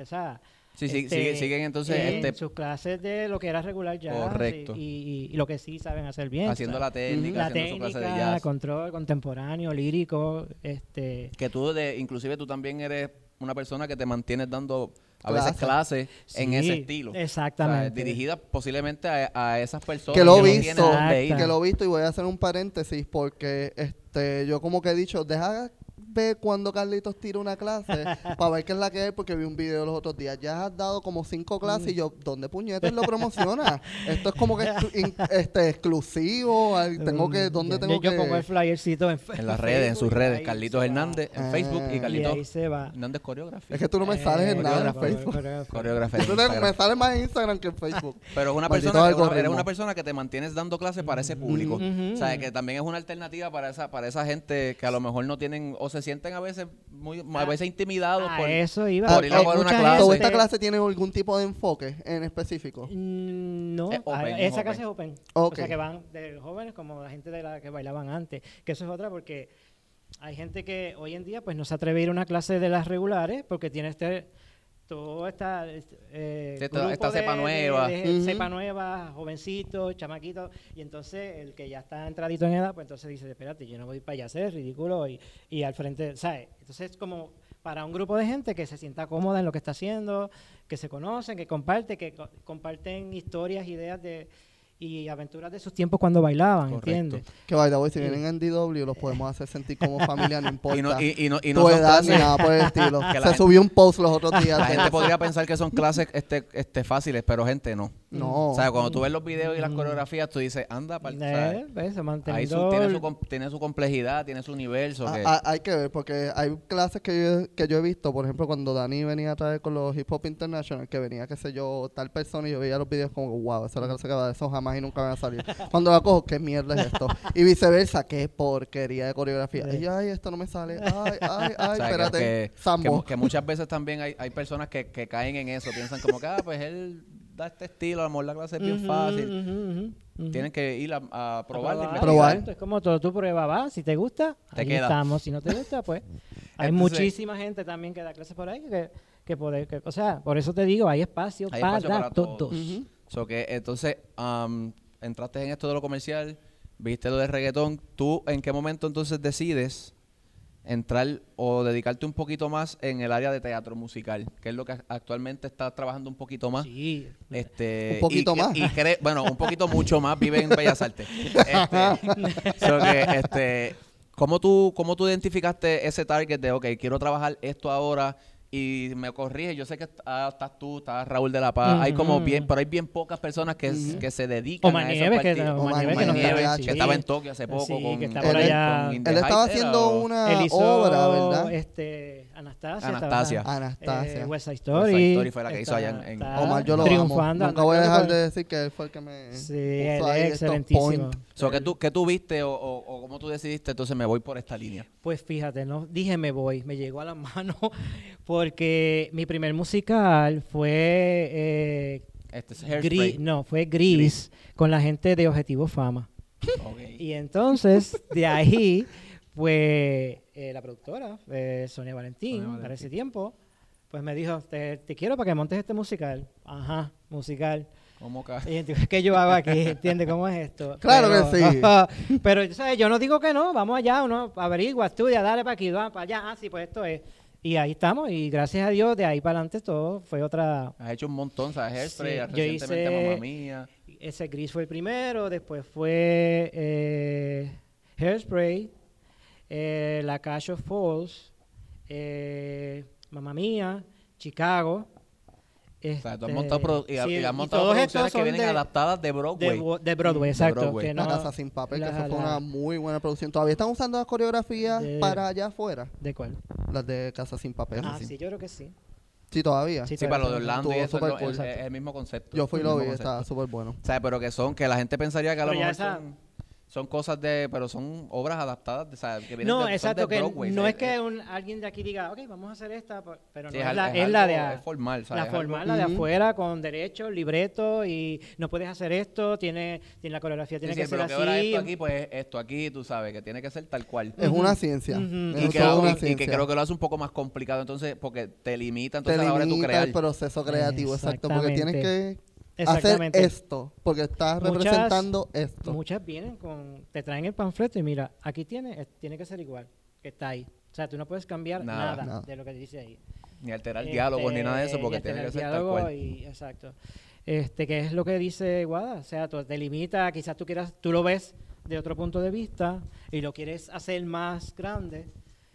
siguen entonces sus clases de lo que era regular jazz. Correcto. Y lo que sí saben hacer bien. Haciendo la técnica, haciendo su clase de jazz. Control contemporáneo, lírico. Que inclusive tú también eres una persona que te mantienes dando a veces clases en ese estilo. Exactamente. O sea, dirigidas posiblemente a esas personas que lo no he tienen dónde ir. que lo he visto, y voy a hacer un paréntesis porque yo como que he dicho, deja ver cuando Carlitos tira una clase para ver qué es la que es, porque vi un video los otros días. Ya has dado como 5 clases y yo, ¿dónde puñetes lo promociona? Esto es como que exclusivo. Yo pongo el flyercito en las redes, en sus redes. Carlitos Hernández en Facebook y y Carlitos ahí se va. Hernández Coreography. Es que tú no me sales en nada en Facebook. Coreography. Tú me sales más en Instagram que en Facebook. Pero es eres una persona que te mantienes dando clases para ese público. O sea, que también es una alternativa para esa gente que a lo mejor no tienen o se sienten a veces intimidados por eso iba. por ir a una clase. ¿Toda esta clase tiene algún tipo de enfoque en específico? No, open, esa clase es open. Okay. O sea, que van de jóvenes como la gente de la que bailaban antes. Que eso es otra porque hay gente que hoy en día pues no se atreve a ir a una clase de las regulares porque tiene toda esta cepa nueva. Cepa nueva, jovencitos, chamaquitos, y entonces el que ya está entradito en edad, pues entonces dice, espérate, yo no voy para allá a ser ridículo y al frente, ¿sabes? Entonces es como para un grupo de gente que se sienta cómoda en lo que está haciendo, que se conocen, que comparten historias, ideas y aventuras de sus tiempos cuando bailaban, ¿entiendes? Que by the way, si vienen en DW los podemos hacer sentir como familia, no importa y no tu son edad clases ni nada por el estilo. Se subió un post los otros días. La gente podría pensar que son clases fáciles, pero gente no. No. O sea, cuando tú ves los videos y las coreografías, tú dices, anda, ahí tiene su complejidad, tiene su universo. Hay que ver, porque hay clases que yo he visto, por ejemplo, cuando Dani venía a traer con los Hip Hop International, que venía, qué sé yo, tal persona, y yo veía los videos como, wow, esa es la clase que va a dar, eso jamás y nunca van a salir. Cuando la cojo, ¿qué mierda es esto? Y viceversa, qué porquería de coreografía. Y ay, esto no me sale. Ay, o sea, espérate, Sambo. Que muchas veces también hay personas que caen en eso, piensan como que, pues él da este estilo, a lo mejor la clase es bien fácil. Tienen que ir a probar. Es como todo, tú pruebas, vas, si te gusta, te ahí queda. estamos. Si no te gusta, pues hay muchísima gente también que da clases por ahí o sea, por eso te digo, hay espacio, Hay para, espacio para todos. todos. So que entonces entraste en esto de lo comercial, viste lo de reggaetón. ¿Tú en qué momento entonces decides entrar o dedicarte un poquito más en el área de teatro musical? Que es lo que actualmente estás trabajando un poquito más. Sí. Un poquito más. Bueno, un poquito mucho más, vive en Bellas Artes. ¿Cómo tú identificaste ese target de, ok, quiero trabajar esto ahora? Y me corrige, yo sé que estás tú, estás Raúl de la Paz, hay como pero hay bien pocas personas que se dedican Omar a esos Nieves, partidos. Omar que no Nieves, está, que estaba en Tokio hace poco Sí, con, que está por allá. con In the Él estaba Heights, haciendo ¿era? una Él hizo obra, ¿verdad? Anastasia. Anastasia. West Side West Story. Side Story fue la que hizo allá en está Omar, yo lo triunfando. amo. Nunca voy a dejar Andando de decir que él fue el que me Sí, puso él ahí es estos excelentísimo. points. So, ¿qué tú viste o cómo tú decidiste? Entonces me voy por esta línea. Pues fíjate, no dije me voy, me llegó a la mano porque mi primer musical fue Este es Hairspray. fue Gris con la gente de Objetivo Fama. Ok. Y entonces de ahí pues la productora Sonia Valentín para ese tiempo pues me dijo, te quiero para que montes este musical. Ajá, musical. ¿Cómo Y entonces, ¿qué yo hago aquí? ¿Entiendes cómo es esto? Claro que sí. Pero, ¿sabes? Yo no digo que no, vamos allá, uno averigua, estudia, dale para aquí, va para allá, sí, pues esto es. Y ahí estamos, y gracias a Dios, de ahí para adelante todo fue otra... Has hecho un montón, ¿sabes? Hairspray, Sí, yo recientemente hice- Mamma Mía. Ese Gris fue el primero, después fue Hairspray, La Cash of Falls, Mamma Mía, Chicago. O sea, tú has montado, sí, y has y montado todos producciones estos que son vienen adaptadas de Broadway. de Broadway, exacto. Broadway. Que La no- Casa Sin Papel, que la- eso fue la- una muy buena producción. ¿Todavía están usando las coreografías De- para allá afuera? ¿De cuál? Las de Casa Sin Papel. Sí, yo creo que sí. Sí, todavía. Sí, Sí, para lo de todavía Orlando y Estuvo eso es, súper cool. es el mismo concepto. Yo fui y lo El vi, mismo estaba concepto. súper bueno. O sea, pero que la gente pensaría que a lo Pero ya mejor son cosas pero son obras adaptadas, o sea, que vienen No, son de exacto, que Broadway. no o sea, es que alguien de aquí diga, ok, vamos a hacer esta, pero sí, no, es algo- la de es formal, ¿sabes? la Es algo- formal, la de Ujú. afuera, con derechos, libreto, y no puedes hacer esto, tiene la coreografía, tiene Sí, que sí, ser pero que ahora así. esto aquí, pues esto aquí, tú sabes, que tiene que ser tal cual. Es una ciencia. Ujú. Es Y que, toda una y que ciencia. creo que lo hace un poco más complicado, entonces, porque te limita Te entonces a la hora de tú limita crear. el proceso creativo, exacto. Porque tienes que hacer Exactamente. esto, porque estás Muchas- representando esto. Muchas vienen te traen el panfleto y mira, aquí tiene que ser igual, que está ahí. O sea, tú no puedes cambiar Nada. Nada. de lo que dice ahí. Ni alterar diálogos ni nada de eso, porque y tiene que tener ser tal diálogo cual. exacto. Que es lo que dice Guada, o sea, te limita, quizás tú lo ves de otro punto de vista y lo quieres hacer más grande,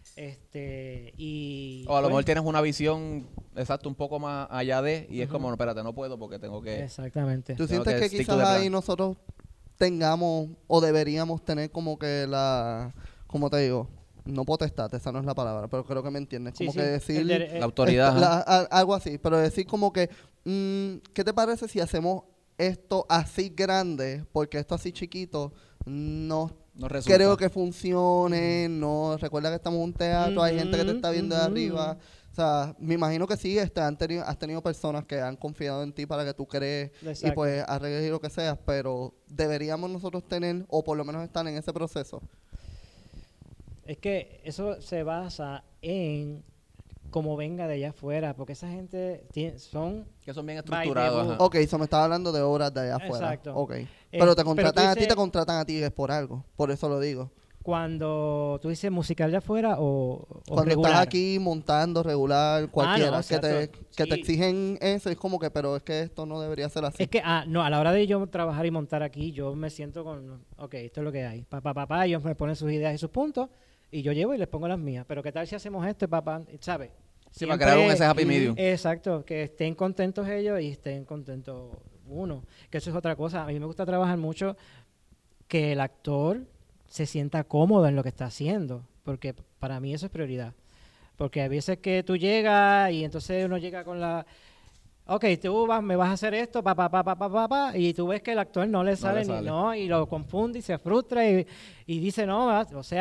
y O a lo pues, mejor tienes una visión, exacto, un poco más allá de, y es Ujú. como, no, espérate, no puedo porque tengo que... exactamente. ¿Tú Tengo sientes que que stick to quizás the ahí plan. nosotros tengamos o deberíamos tener como que como te digo, no potestad, esa no es la palabra, pero creo que me entiendes, Sí, como sí, que decir La autoridad. ajá. algo así, pero decir como que, ¿qué te parece si hacemos esto así grande? Porque esto así chiquito no No resulta. creo que funcione, no, recuerda que estamos en un teatro, hay gente que te está viendo de Ujú, arriba. O sea, me imagino que sí, has tenido personas que han confiado en ti para que tú crees y Exacto. pues arregles y lo que seas, pero deberíamos nosotros tener, o por lo menos estar en ese proceso. Es que eso se basa en cómo venga de allá afuera, porque esa gente son... Que son bien By the estructurados. book. ajá. Ok, eso me estaba hablando de obras de allá afuera. Exacto. Ok. Pero te pero contratan tú a ti, dices- te contratan a ti es por algo, por eso lo digo. Cuando tú dices musical de afuera o Cuando regular. estás aquí montando regular, cualquiera, que exacto. te Sí. exigen eso, es como que, pero es que esto no debería ser así. Es que, no, a la hora de yo trabajar y montar aquí, yo me siento con, ok, esto es lo que hay. Papá, ellos me ponen sus ideas y sus puntos, y yo llevo y les pongo las mías. Pero ¿qué tal si hacemos esto, papá? ¿Sabes? Sí, para crear ese happy Mm, medium. Exacto, que estén contentos ellos y estén contentos uno. Que eso es otra cosa. A mí me gusta trabajar mucho que el actor se sienta cómodo en lo que está haciendo, porque para mí eso es prioridad. Porque hay veces que tú llegas y entonces uno llega con la... Ok, me vas a hacer esto, y tú ves que el actor no le sale, sale. ni no, y lo confunde y se frustra y dice, no, o sea,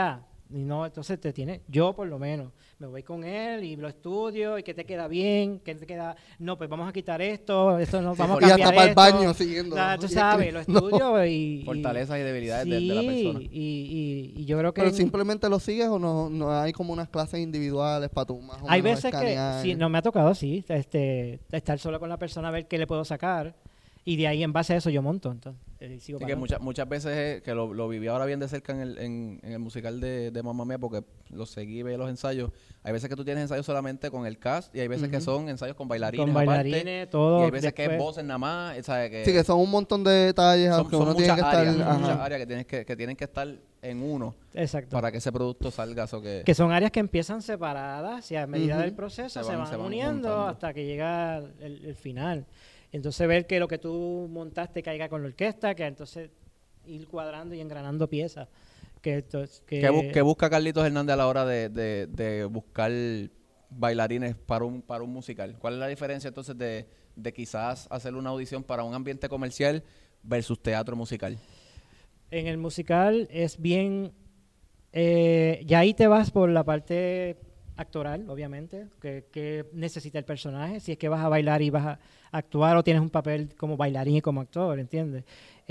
Y no, entonces yo por lo menos, me voy con él y lo estudio y que te queda bien, que te queda, no, pues vamos a quitar esto no, vamos a y cambiar hasta para el esto. baño siguiendo. Tú sabes, lo estudio y... Fortalezas y debilidades sí, de la persona. Y yo creo que... Pero simplemente lo sigues o no hay como unas clases individuales para tú más o menos hay veces que, escanear? sí, no me ha tocado, sí, estar solo con la persona, a ver qué le puedo sacar. Y de ahí, en base a eso, yo monto. Entonces, sigo Así que muchas veces que lo viví ahora bien de cerca en el musical de Mamma Mía, porque los seguí, veía los ensayos. Hay veces que tú tienes ensayos solamente con el cast y hay veces que son ensayos con bailarines. Con bailarines, aparte, todo. Y hay veces que después. es voces nada más. ¿Sabes? Sí, que son un montón de detalles son que uno tiene que estar... áreas, son ajá. muchas áreas que tienen que estar en uno Exacto. para que ese producto salga. Que son áreas que empiezan separadas y a medida Ujú. del proceso Se se van van uniendo juntando. hasta que llega el final. Entonces ver que lo que tú montaste caiga con la orquesta, que entonces ir cuadrando y engranando piezas. ¿Qué busca Carlitos Hernández a la hora de buscar bailarines para un musical? ¿Cuál es la diferencia entonces de quizás hacer una audición para un ambiente comercial versus teatro musical? En el musical es bien... ya ahí te vas por la parte actoral, obviamente, que necesita el personaje, si es que vas a bailar y vas a actuar o tienes un papel como bailarín y como actor, ¿entiendes?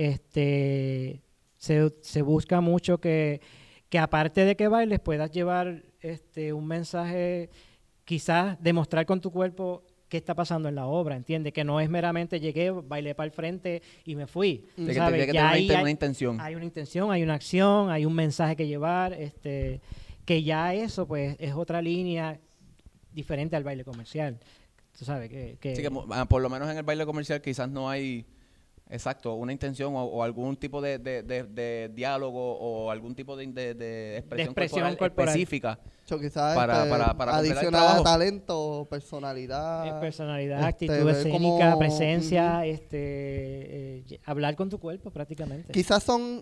Se busca mucho que aparte de que bailes puedas llevar un mensaje, quizás demostrar con tu cuerpo qué está pasando en la obra, ¿entiendes? Que no es meramente llegué, bailé para el frente y me fui. Tiene ¿sabes? que Ya tener ahí una intención. Hay una intención, hay una acción, hay un mensaje que llevar, que ya eso pues es otra línea diferente al baile comercial. Tú sabes que Sí, que por lo menos en el baile comercial quizás no hay, exacto, una intención o algún tipo de diálogo o algún tipo de expresión corporal específica. Quizás para completar el adicionar trabajo. talento, personalidad. personalidad, actitud ver escénica, cómo- presencia, hablar con tu cuerpo prácticamente. Quizás son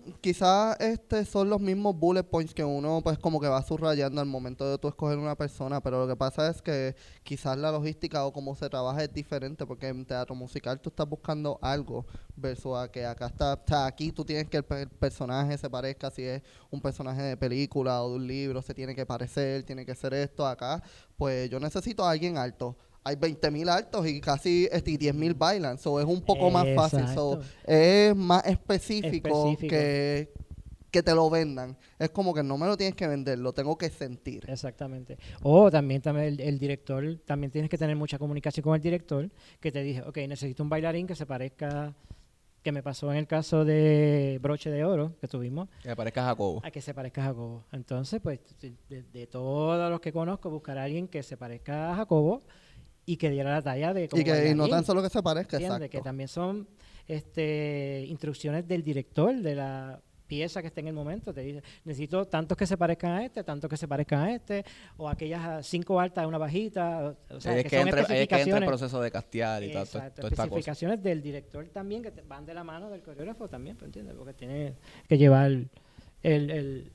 los mismos bullet points que uno pues como que va subrayando al momento de tú escoger una persona, pero lo que pasa es que quizás la logística o cómo se trabaja es diferente, porque en teatro musical tú estás buscando algo versus a que acá o sea, aquí tú tienes que el personaje se parezca, si es un personaje de película o de un libro, se tiene que parecer, tiene que ser esto. Acá pues yo necesito a alguien alto. Hay 20.000 altos y casi 10.000 bailan, so es un poco más fácil, so es más específico. Que te lo vendan. Es como que no me lo tienes que vender, lo tengo que sentir. Exactamente. O también el director, también tienes que tener mucha comunicación con el director, que te dice, ok, necesito un bailarín que se parezca, que me pasó en el caso de Broche de Oro, que tuvimos, Que parezca Jacobo. a que se parezca a Jacobo. Entonces, pues, de todos los que conozco, buscar a alguien que se parezca a Jacobo y que diera la talla de como Y no bailarín, tan solo que se parezca, ¿entiendes? exacto. Que también son instrucciones del director de la pieza que esté en el momento. Te dice, necesito tantos que se parezcan a tantos que se parezcan a o aquellas 5 altas, una bajita. O sea, Es que que son entra el especificaciones. proceso de castear y Exacto, toda esta cosa. especificaciones del director también, que van de la mano del coreógrafo también, ¿entiendes? Porque tiene que llevar el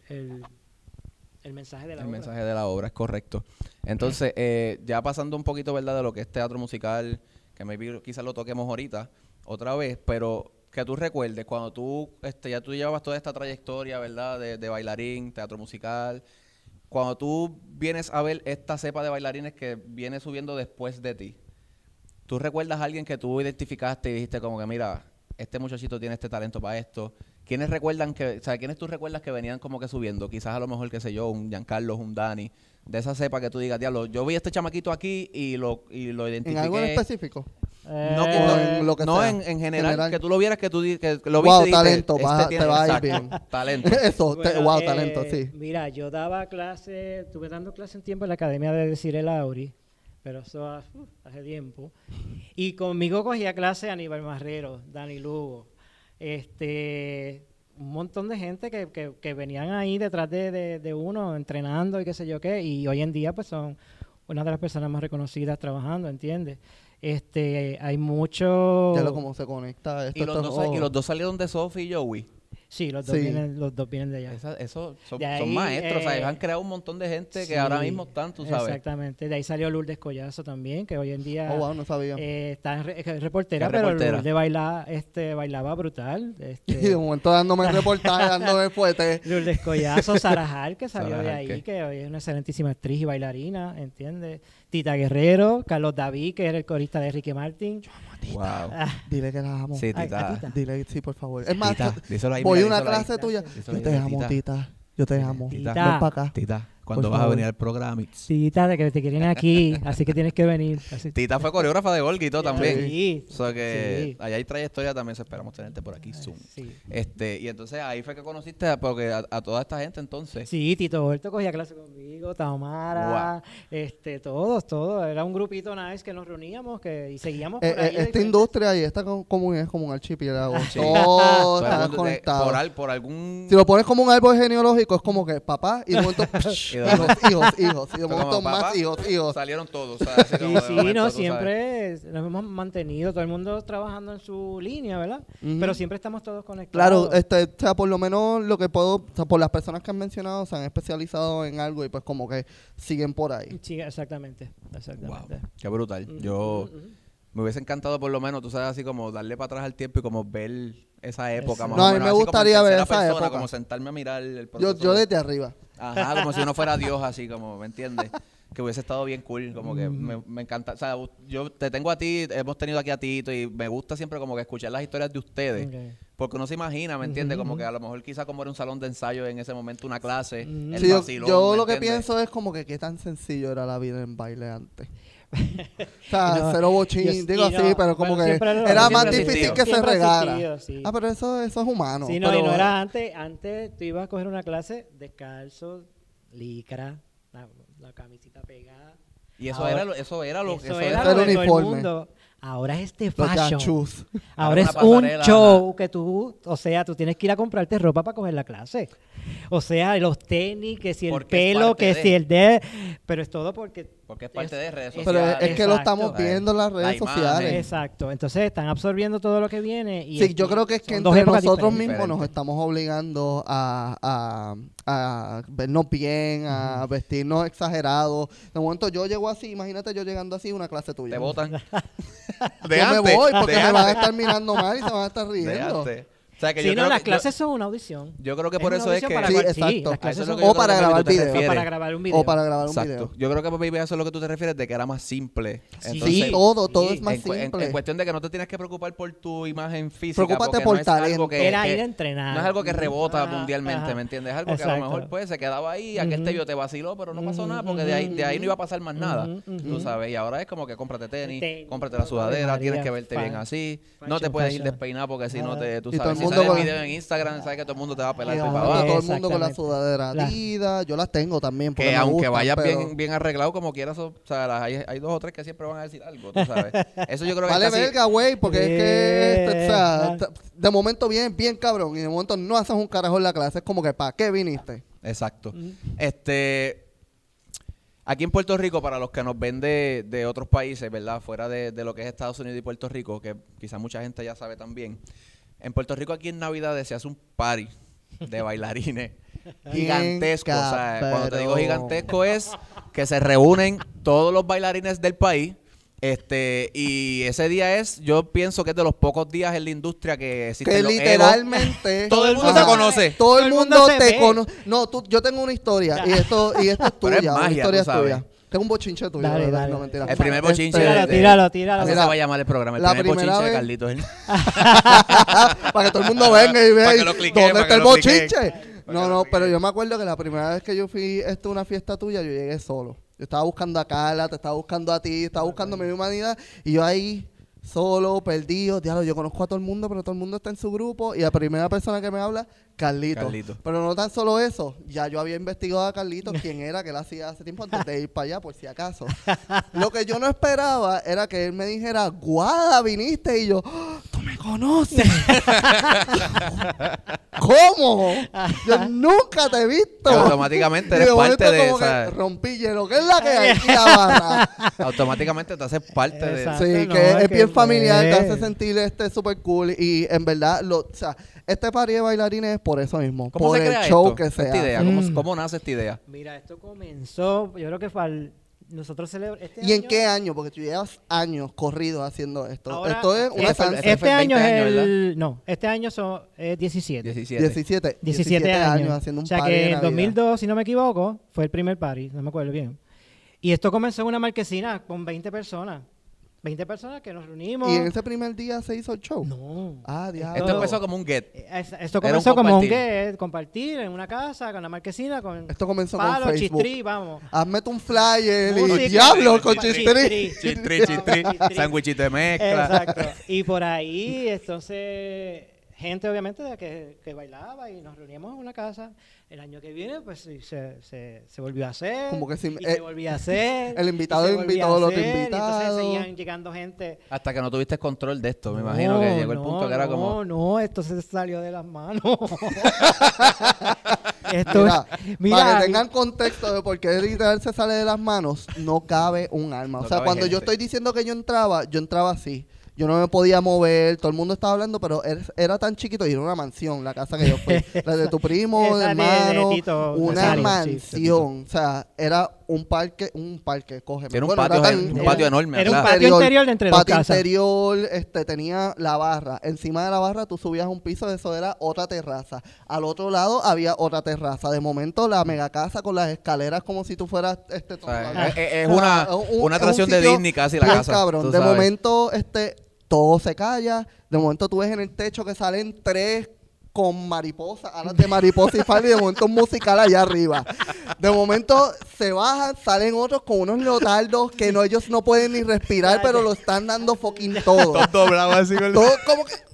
mensaje de la El obra. mensaje de la obra, es correcto. Entonces, ya pasando un poquito, ¿verdad?, de lo que es teatro musical, que maybe quizás lo toquemos ahorita, otra vez, pero que tú recuerdes, cuando tú, ya tú llevabas toda esta trayectoria, ¿verdad?, de bailarín, teatro musical, cuando tú vienes a ver esta cepa de bailarines que viene subiendo después de ti, ¿tú recuerdas a alguien que tú identificaste y dijiste como que, mira, este muchachito tiene este talento para esto? ¿Quiénes tú recuerdas que venían como que subiendo? Quizás a lo mejor, qué sé yo, un Giancarlo, un Dani, de esa cepa que tú digas, diablo, yo vi a este chamaquito aquí y lo identifiqué. ¿En algo en específico? En general, que tú lo vieras, que lo viste Wow, y dijiste, talento, tiene- te va a ir exacto, bien. talento. Eso, Bueno, wow, talento, sí. Mira, yo daba clase, estuve dando clase un tiempo en la Academia de Desiree Lauri, pero eso hace tiempo. Y conmigo cogía clase Aníbal Marrero, Dani Lugo, un montón de gente que venían ahí detrás de uno, entrenando y qué sé yo qué, y hoy en día pues son una de las personas más reconocidas trabajando, ¿entiendes? Hay mucho... Ya lo como se conecta esto. Y los dos salieron de Sophie y Joey. Sí, los dos vienen de allá. Eso son De ahí, maestros, o sea, ellos han creado un montón de gente que ahora mismo están, tú sabes. Exactamente. De ahí salió Lourdes Collazo también, que hoy en día Oh, wow, no sabía. está es reportera, Es pero reportera. Lourdes bailaba brutal. Y de momento dándome reportaje, dándome fuerte. Lourdes Collazo, Sara Hall, que salió Sara de Hall, ahí, ¿qué? que hoy es una excelentísima actriz y bailarina, ¿entiendes? Tita Guerrero, Carlos David, que era el corista de Ricky Martin. Wow. Dile que la amo. Sí, Ay, Tita. a Tita. Dile sí, por favor. Es más, Tita, díselo ahí, voy a mira, una díselo ahí. clase tuya. Díselo Yo ahí, te amo, Tita. Tita. Yo te amo. Tita. Ven para acá. Tita, ¿cuándo Por vas a favor. venir al programa? Tita, de que te quieren aquí, así que tienes que venir. Así. Tita fue coreógrafa de Olga y todo también. Sí. O sea que Sí. allá hay trayectoria también, esperamos tenerte por aquí, Zoom. Sí. Y entonces ahí fue que conociste a toda esta gente entonces. Sí, Tito Horto cogía clase conmigo, Tamara, todos. Era un grupito nice que nos reuníamos y seguíamos por ahí. Esta industria y esta comunidad es como un archipiélago. Sí. Todos Todo el están mundo conectados. por algún... Si lo pones como un árbol genealógico, es como que papá y de momento Y de momento- hijos. Y de Fue como, momento más papá, hijos. Salieron todos. O sea, así como de Sí, momento, no, tú sabes. siempre nos hemos mantenido, todo el mundo trabajando en su línea, ¿verdad? Ujú. Pero siempre estamos todos conectados. Claro, o sea, por lo menos lo que puedo, o sea, por las personas que han mencionado, se han especializado en algo y pues como que siguen por ahí. Sí, exactamente. Wow, qué brutal. Yo me hubiese encantado por lo menos, tú sabes, así como darle para atrás al tiempo y como ver esa época. Eso. Más No, o a mí menos, me así como en gustaría ver tercera esa persona, época. como sentarme a mirar el proceso. Yo desde arriba. Ajá, como si uno fuera Dios, así como, ¿me entiendes? Que hubiese estado bien cool, como que me encanta. O sea, yo te tengo a ti, hemos tenido aquí a Tito y me gusta siempre como que escuchar las historias de ustedes. Ok. Porque uno se imagina, ¿me entiendes? Como que a lo mejor quizá como era un salón de ensayo en ese momento, una clase, el Sí, vacilón, yo ¿me lo que entiendes? pienso es como que qué tan sencillo era la vida en baile antes. O sea, No, cero bochín, yo- digo y así, no, pero como bueno, que siempre lo- era siempre más ha difícil existido. que se Siempre ha regara. existido, sí. Ah, pero eso es humano. Sí, no, pero, y no era antes tú ibas a coger una clase descalzo, licra, la camisita pegada. Y eso Ahora- era lo, eso era lo, Eso eso era era lo lo de todo el uniforme. mundo. Ahora es este los fashion. yachus. Ahora una es un pasarela, show que tú tienes que ir a comprarte ropa para coger la clase. O sea, los tenis, que si el Porque es pelo, parte que de. si el de... Pero es todo porque porque es parte de redes Pero sociales. es que lo Exacto. estamos viendo en las La redes imagen. sociales. Exacto. Entonces están absorbiendo todo lo que viene. Y Sí, yo creo que es que son dos entre épocas nosotros diferentes. mismos nos estamos obligando a vernos bien, a vestirnos exagerados. De momento yo llego así, imagínate yo llegando así a una clase tuya. Te votan. Yo me voy porque me van a estar mirando mal y se van a estar de riendo. antes. O sea, que Sí, yo no, creo las que- clases son una audición. Yo creo que por una eso es audición que... para Sí, cual- exacto. las clases Eso es lo son que yo O para creo que grabar tú te video. refieres. para grabar un video. O para grabar un Exacto. video. Yo creo que baby, eso es lo que tú te refieres de que era más simple. Sí. Entonces, Sí, todo sí, es más en simple. cuestión de que no te tienes que preocupar por tu imagen física. Preocúpate porque por no es algo talento. que, Era que- ir a entrenar. No es algo que rebota Ajá, mundialmente, ajá. ¿me entiendes? Es algo que a lo Exacto. mejor pues se quedaba ahí, aquel te vio, te vaciló, pero no pasó nada porque de ahí no iba a pasar más nada. Tú sabes, y ahora es como que cómprate tenis, cómprate la Ave sudadera, María, tienes que verte bien fashion, así, no te fashion, puedes ir fashion. despeinado porque si no tú Y todo sabes, el si mundo sale con- video en Instagram, sabes que todo el mundo te va a pelar Y para ahora abajo. todo el mundo con la Exactamente. sudadera La- Adidas. Yo las tengo también. porque Que me aunque gustan, vayas pero- bien arreglado como quieras, o sea, hay dos o tres que siempre van a decir algo, tú sabes. Eso yo creo que Vale es casi- verga, güey, porque es que o sea, Yeah. de momento vienes bien cabrón y de momento no haces un carajo en la clase. Es como que, ¿para qué viniste? Exacto. Aquí en Puerto Rico, para los que nos ven de otros países, ¿verdad? Fuera de lo que es Estados Unidos y Puerto Rico, que quizás mucha gente ya sabe también. En Puerto Rico aquí en Navidades se hace un party de bailarines gigantesco. O sea, cuando te digo cabrón. gigantesco es que se reúnen todos los bailarines del país. Y ese día yo pienso que es de los pocos días en la industria que existen Que los egos. literalmente Todo el mundo Ajá. se conoce. Todo el mundo se te ve. conoce. No, yo tengo una historia y esto es Pero es tuya. Una magia, historia tú es tuya. sabes. Tengo un bochinche tuyo. Dale, ¿verdad? dale. No, mentira. El primer bochinche Tíralo. Así Mira, se va a llamar el programa. El la primer primera bochinche de vez- Carlitos. Para que todo el mundo venga y vea Para que lo cliquen, dónde para está que el lo cliquen. bochinche. Para que No, lo pero cliquen. yo me acuerdo que la primera vez que yo fui a una fiesta tuya, yo llegué solo. Yo estaba buscando a Carla, te estaba buscando a ti, estaba buscando a mi humanidad y yo ahí solo, perdido. Diablo, yo conozco a todo el mundo, pero todo el mundo está en su grupo y la primera persona que me habla, Carlito. Pero no tan solo eso, ya yo había investigado a Carlito quién era, que él hacía hace tiempo antes de ir para allá, por si acaso. Lo que yo no esperaba era que él me dijera, Guada, viniste, y yo, "Oh, tú me conoces? ¿Cómo? Yo nunca te he visto. Que automáticamente Y eres momento parte de como que esa. rompí hielo, ¿qué es la que hay aquí la barra? Automáticamente te haces parte de. Exacto. Sí, No, que es es que bien familiar, te es- hace sentir súper cool y en verdad, o sea, este party de bailarines es por eso mismo, ¿Cómo por se el crea show esto? que se Esta idea, hace. ¿cómo nace esta idea? Mira, esto comenzó, yo creo que fue nosotros celebramos este ¿Y en año- qué año? Porque tú llevas años corridos haciendo esto. Ahora, Esto es una este- canción. Este año es 20 años, el... No, este año son 17. 17. 17 años haciendo un O sea party de que en Navidad. 2002, si no me equivoco, fue el primer party, no me acuerdo bien. Y esto comenzó en una marquesina con 20 personas. 20 personas que nos reunimos. ¿Y en ese primer día se hizo el show? No. Ah, diablo. Esto empezó como un get. Esto Era un comenzó como un compartir. get, compartir en una casa con la marquesina, con Esto comenzó con palos, Facebook. chistri, vamos. Hazme un flyer Música. y diablo con Chistri. chistri. Chistri, sándwichito de mezcla. Exacto. Y por ahí, entonces, gente obviamente que bailaba y nos reuníamos en una casa. El año que viene, pues sí, se volvió a hacer. Como que sí, y se volvía a hacer. el invitado y se volvía invitó a a los otros hacer, y invitados. entonces seguían llegando gente. Hasta que no tuviste control de esto, me imagino que llegó el punto que era como. No, esto se salió de las manos. Esto Mira, mira, para que tengan contexto de por qué literal se sale de las manos, no cabe un alma. No O sea, cabe cuando yo gente. estoy diciendo que yo entraba así. Yo no me podía mover, todo el mundo estaba hablando, pero era tan chiquito y era una mansión la casa que yo fui. La de tu primo, Esa de de hermano, Tito una Nazario, sí. mansión. O sea, era un parque, cógeme. Tiene un Bueno, patio, era tan- un patio enorme. Era un atrás. patio interior de entre dos patio casas. interior, tenía la barra. Encima de la barra tú subías un piso, eso era otra terraza. Al otro lado había otra terraza. De momento la mega casa con las escaleras como si tú fueras O sea, todo- es un- una es atracción un de sitio Disney casi la bien casa. cabrón. tú De sabes. momento todo se calla. De momento tú ves en el techo que salen 3 con mariposa, alas de mariposa y falda y de momento un musical allá arriba. De momento se bajan, salen otros con unos leotardos que ellos no pueden ni respirar, pero lo están dando fucking todo. Todo doblado así con Todo como que...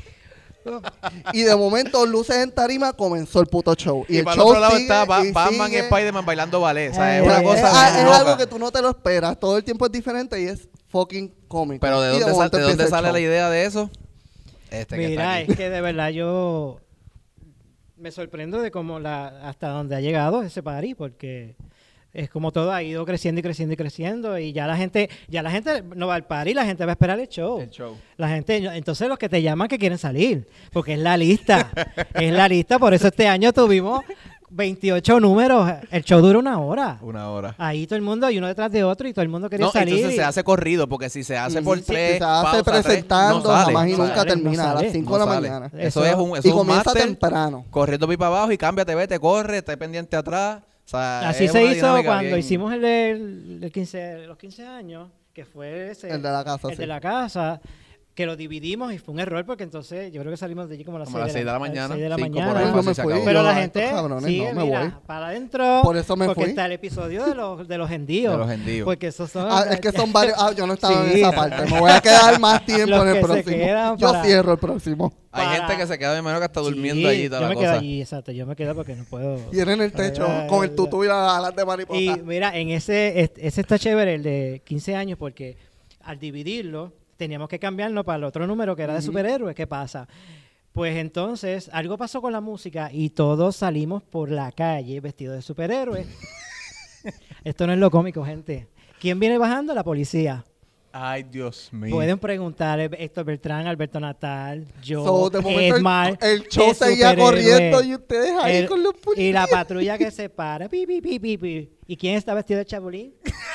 Y de momento, luces en tarima, comenzó el puto show. Y el para el show otro lado sigue está y Batman y sigue. Spider-Man bailando ballet. O sea, es Eh, una Es, cosa. es loca. algo que tú no te lo esperas. Todo el tiempo es diferente y es fucking cómico. Pero ¿de Y dónde, momento de dónde empieza el sale show. la idea de eso? Que está Mira, aquí. es que de verdad yo me sorprendo de cómo hasta dónde ha llegado ese party, porque es como todo ha ido creciendo y creciendo y creciendo y ya la gente no va al party, la gente va a esperar el show. El show. La gente, entonces los que te llaman que quieren salir, porque es la lista, es la lista, por eso este año tuvimos 28 números, el show dura 1 hora. Una hora. Ahí todo el mundo, y uno detrás de otro, y todo el mundo quería No, salir. entonces y- se hace corrido, porque si se hace por Sí, tres, se hace pausa, presentando, tres, no sale, jamás y no nunca sale. termina, no a las sale, 5 de la No sale. mañana. Eso es un, Y eso es un comienza máster, temprano. corriendo para abajo y cámbiate, vete, corre, esté pendiente atrás. O sea, Así es se una hizo dinámica cuando bien- hicimos los 15 años, que fue ese, El de la casa, el sí. de la casa, que lo dividimos y fue un error porque entonces yo creo que salimos de allí como a las 6 de la mañana. 6 de la 5 por mañana. ahí, Yo me fácil se fui. acabó. Pero la Yo, gente estos cabrones, sigue, no, me mira, voy. para adentro. Por eso me porque fui. está el episodio de los hendíos. De los hendíos. Porque esos son... Es que son varios. Yo no estaba en Sí. esa parte. Me voy a quedar más tiempo Los en el que se próximo. quedan Yo para- cierro el próximo. Hay para- gente que se queda, de menos que está durmiendo Sí, allí y toda yo la me quedo cosa. allí, exacto. Yo me quedo porque no puedo... Y él en el techo Ay, con el ay, tutú y las alas de mariposa. Y mira, en ese está chévere, el de 15 años, porque al dividirlo, teníamos que cambiarlo para el otro número que era de superhéroes. ¿Qué pasa? Pues entonces, algo pasó con la música y todos salimos por la calle vestidos de superhéroes. Esto no es lo cómico, gente. ¿Quién viene bajando? La policía. Ay, Dios mío. Pueden preguntar Héctor Beltrán, Alberto Natal, yo, So, de momento Edmar, el show de seguía superhéroe. corriendo y ustedes ahí El- con los puños. Y la patrulla que se para. Pi, pi, pi, pi, pi. ¿Y quién está vestido de Chapulín?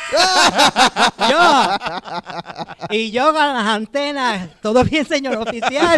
¡Yo! Y yo con las antenas. Todo bien, señor oficial.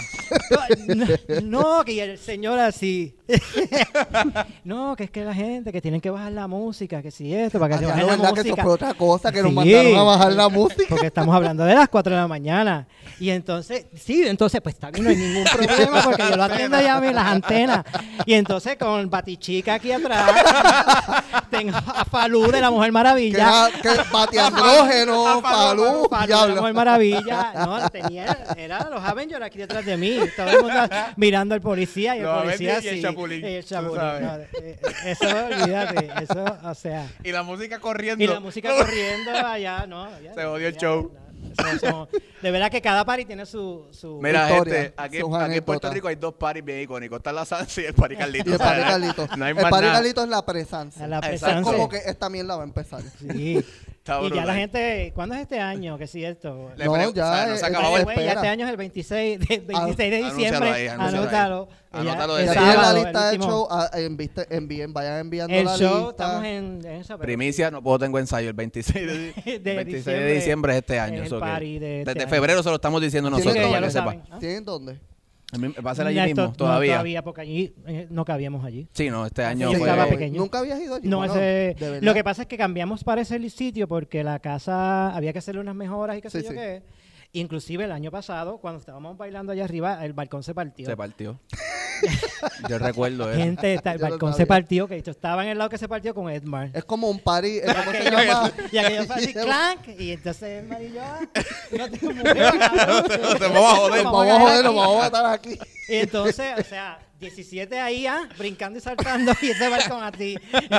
No, que el señor así. No, que es que la gente, que tienen que bajar la música, que si esto, para que se Ah, baje no, la verdad que eso música. fue otra cosa que nos Sí. mandaron a bajar la música. Porque estamos hablando de las 4 de la mañana. Y entonces, pues está bien, no hay ningún problema porque yo lo atiendo ya en las antenas. Y entonces con Batichica aquí atrás, tengo a Falú de la Mujer Maravilla. Que batiandrógeno, Falú, Falú de la diablo. Mujer Maravilla. No, era los Avengers aquí detrás de mí. Todo el mundo mirando al policía y el Los policía Avengers y el así. Chapulín, El tú Chapulín. sabes. No, eso, olvídate. Eso, o sea. Y la música corriendo. Y la música corriendo allá, ¿no? Ya, Se jodió el ya, show. no, De verdad que cada party tiene su Mira, historia, gente, aquí sus en Puerto anécdotas. Rico hay 2 paris bien icónicos. Está la Sansi y el Party Carlito. Y el Party Carlito. No hay El más Party nada. Carlito es la presencia. la Exacto. Es presencia. como que esta mierda va a empezar. Sí. Está Y ya brutal. la gente, ¿cuándo es este año? Que sí, esto. Le No, pregunto, ya, o sea, no se el- acababa By el... the way, ya espera. este año es el 26 de Anúncialo diciembre. ahí, anúncialo ahí. Anótalo. Anótalo Ya, de Ya el sábado, tienen la sábado, lista el del último. show. Vayan enviando El la show, lista. estamos en esa. pero- Primicia, no puedo, tengo ensayo el 26 de diciembre es este año. es el so que party de este desde año. febrero se lo estamos diciendo Tienen nosotros, que para ya que lo sepa. saben. ¿Ah? ¿Tienen dónde? Va a ser allí Esto- mismo, todavía. No, todavía, porque allí no cabíamos allí. Sí, no, este año Sí, fue... estaba pequeño. ¿Nunca habías ido allí? No, Bueno, ese, de verdad. lo que pasa es que cambiamos para ese sitio porque la casa había que hacerle unas mejoras y qué sé Sí, yo sí. qué. Inclusive el año pasado, cuando estábamos bailando allá arriba, el balcón se partió. Se partió. Yo recuerdo eso. Gente, el Yo lo balcón se sabía. partió, que esto estaba en el lado que se partió con Edmar. Es como un party. ¿Cómo se Aquello- llama? y aquello fue así, clank, y entonces Edmar y yo, no tengo mujer, cabrón. Te vamos a joder. Vamos a caer joder, nos aquí. vamos a matar aquí. Y entonces, o sea, 17 ahí, brincando y saltando, y ese balcón así.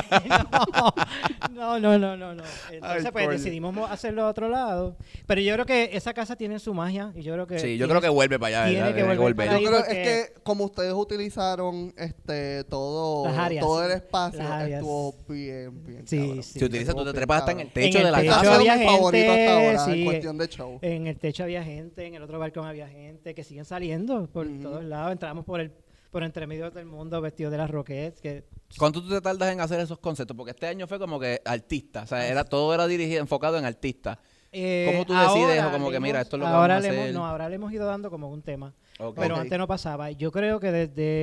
No. Entonces, Ay, pues coño. decidimos hacerlo a otro lado. Pero yo creo que esa casa tiene su magia, y yo creo que... Sí, yo creo que vuelve para allá. tiene ¿verdad? que volver para Yo ahí. creo porque- es que como ustedes utilizaron todo, Las áreas, todo el sí. espacio, Las áreas. estuvo bien Sí, cabrón. sí. Si utilizas, tú te Estuvo trepas hasta en bien el techo En de el la techo Ha casa. sido había mi favorito gente, hasta ahora sí, en cuestión de show. En el techo había gente, en el otro balcón había gente, que siguen saliendo por todos lados. Entramos por entre medio del mundo vestidos de las Roquettes, que ¿Cuánto tú te tardas en hacer esos conceptos? Porque este año fue como que artista. O sea, todo era dirigido, enfocado en artista. ¿Cómo tú decides ahora o como que, mira, esto es lo que ahora vamos a le hemos- hacer? No, ahora le hemos ido dando como un tema. Ok. Pero Ok. antes no pasaba. Yo creo que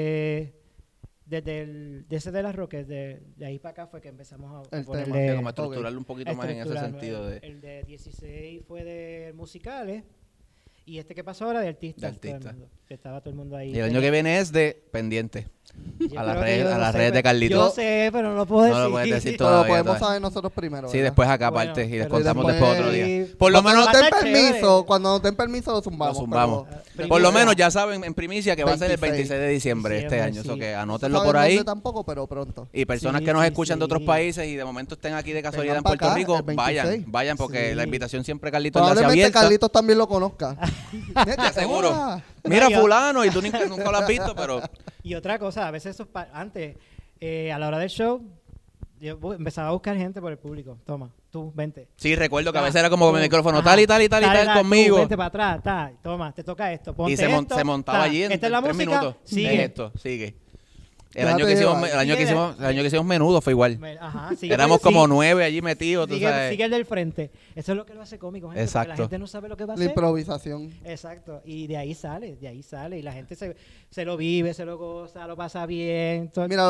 desde ese de las Roquettes, de ahí para acá fue que empezamos a El ponerle... tema. Sí, como estructurarlo un poquito más en ese estructurarlo. sentido de... El de 16 fue de musicales. Y este que pasó ahora de artistas. De todo el artistas. mundo, que estaba todo el mundo ahí. Y el año que viene es de pendiente. Yo a las creo que redes- yo a no las sé, redes de pero- Carlito. Yo sé, pero no lo puedo decir. No lo puedes decir Pero todavía. lo podemos todavía. saber nosotros primero. Sí, ¿verdad? después acá Bueno, aparte y les pero contamos después- después otro día. Por lo Cuando menos nos den Va a estar permiso, chévere. cuando nos den permiso lo zumbamos. lo zumbamos. pero- Por lo Primicia. menos ya saben en primicia que va a ser el 26 26 de diciembre este Diciembre, año. sí. Eso que No anótenlo saben por ahí. dónde tampoco, pero pronto. Y personas Sí, que nos sí, escuchan de sí. otros países y de momento estén aquí de casualidad en pa' Puerto acá, Rico, el 26. vayan porque Sí. la invitación siempre Carlito es la hace Probablemente abierta. Carlitos también lo conozca. Neta, Seguro. hola. Mira Yo- fulano y tú nunca lo has visto, pero Y otra cosa, a veces antes, a la hora del show, yo empezaba a buscar gente por el público. Toma, tú, vente. sí recuerdo que a Ah, veces era como con tú, el micrófono ajá, tal y tal y tal y tal tú, conmigo. Vente para atrás, toma, te toca esto. Ponte Y se esto, montaba allí en esta es la 3 música, minutos. sigue. Es esto, sigue. El Déjate año que hicimos, llevar. el año que Sigue. hicimos, el año que hicimos menudo fue igual. Ajá, sigue, Éramos sigue, como 9 allí metidos, tú sigue, sabes. sigue el del frente. Eso es lo que lo hace cómico, gente, porque Exacto. la gente no sabe lo que va a La hacer. improvisación. Exacto, y de ahí sale, y la gente se lo vive, se lo goza, lo pasa bien. Todo. Mira,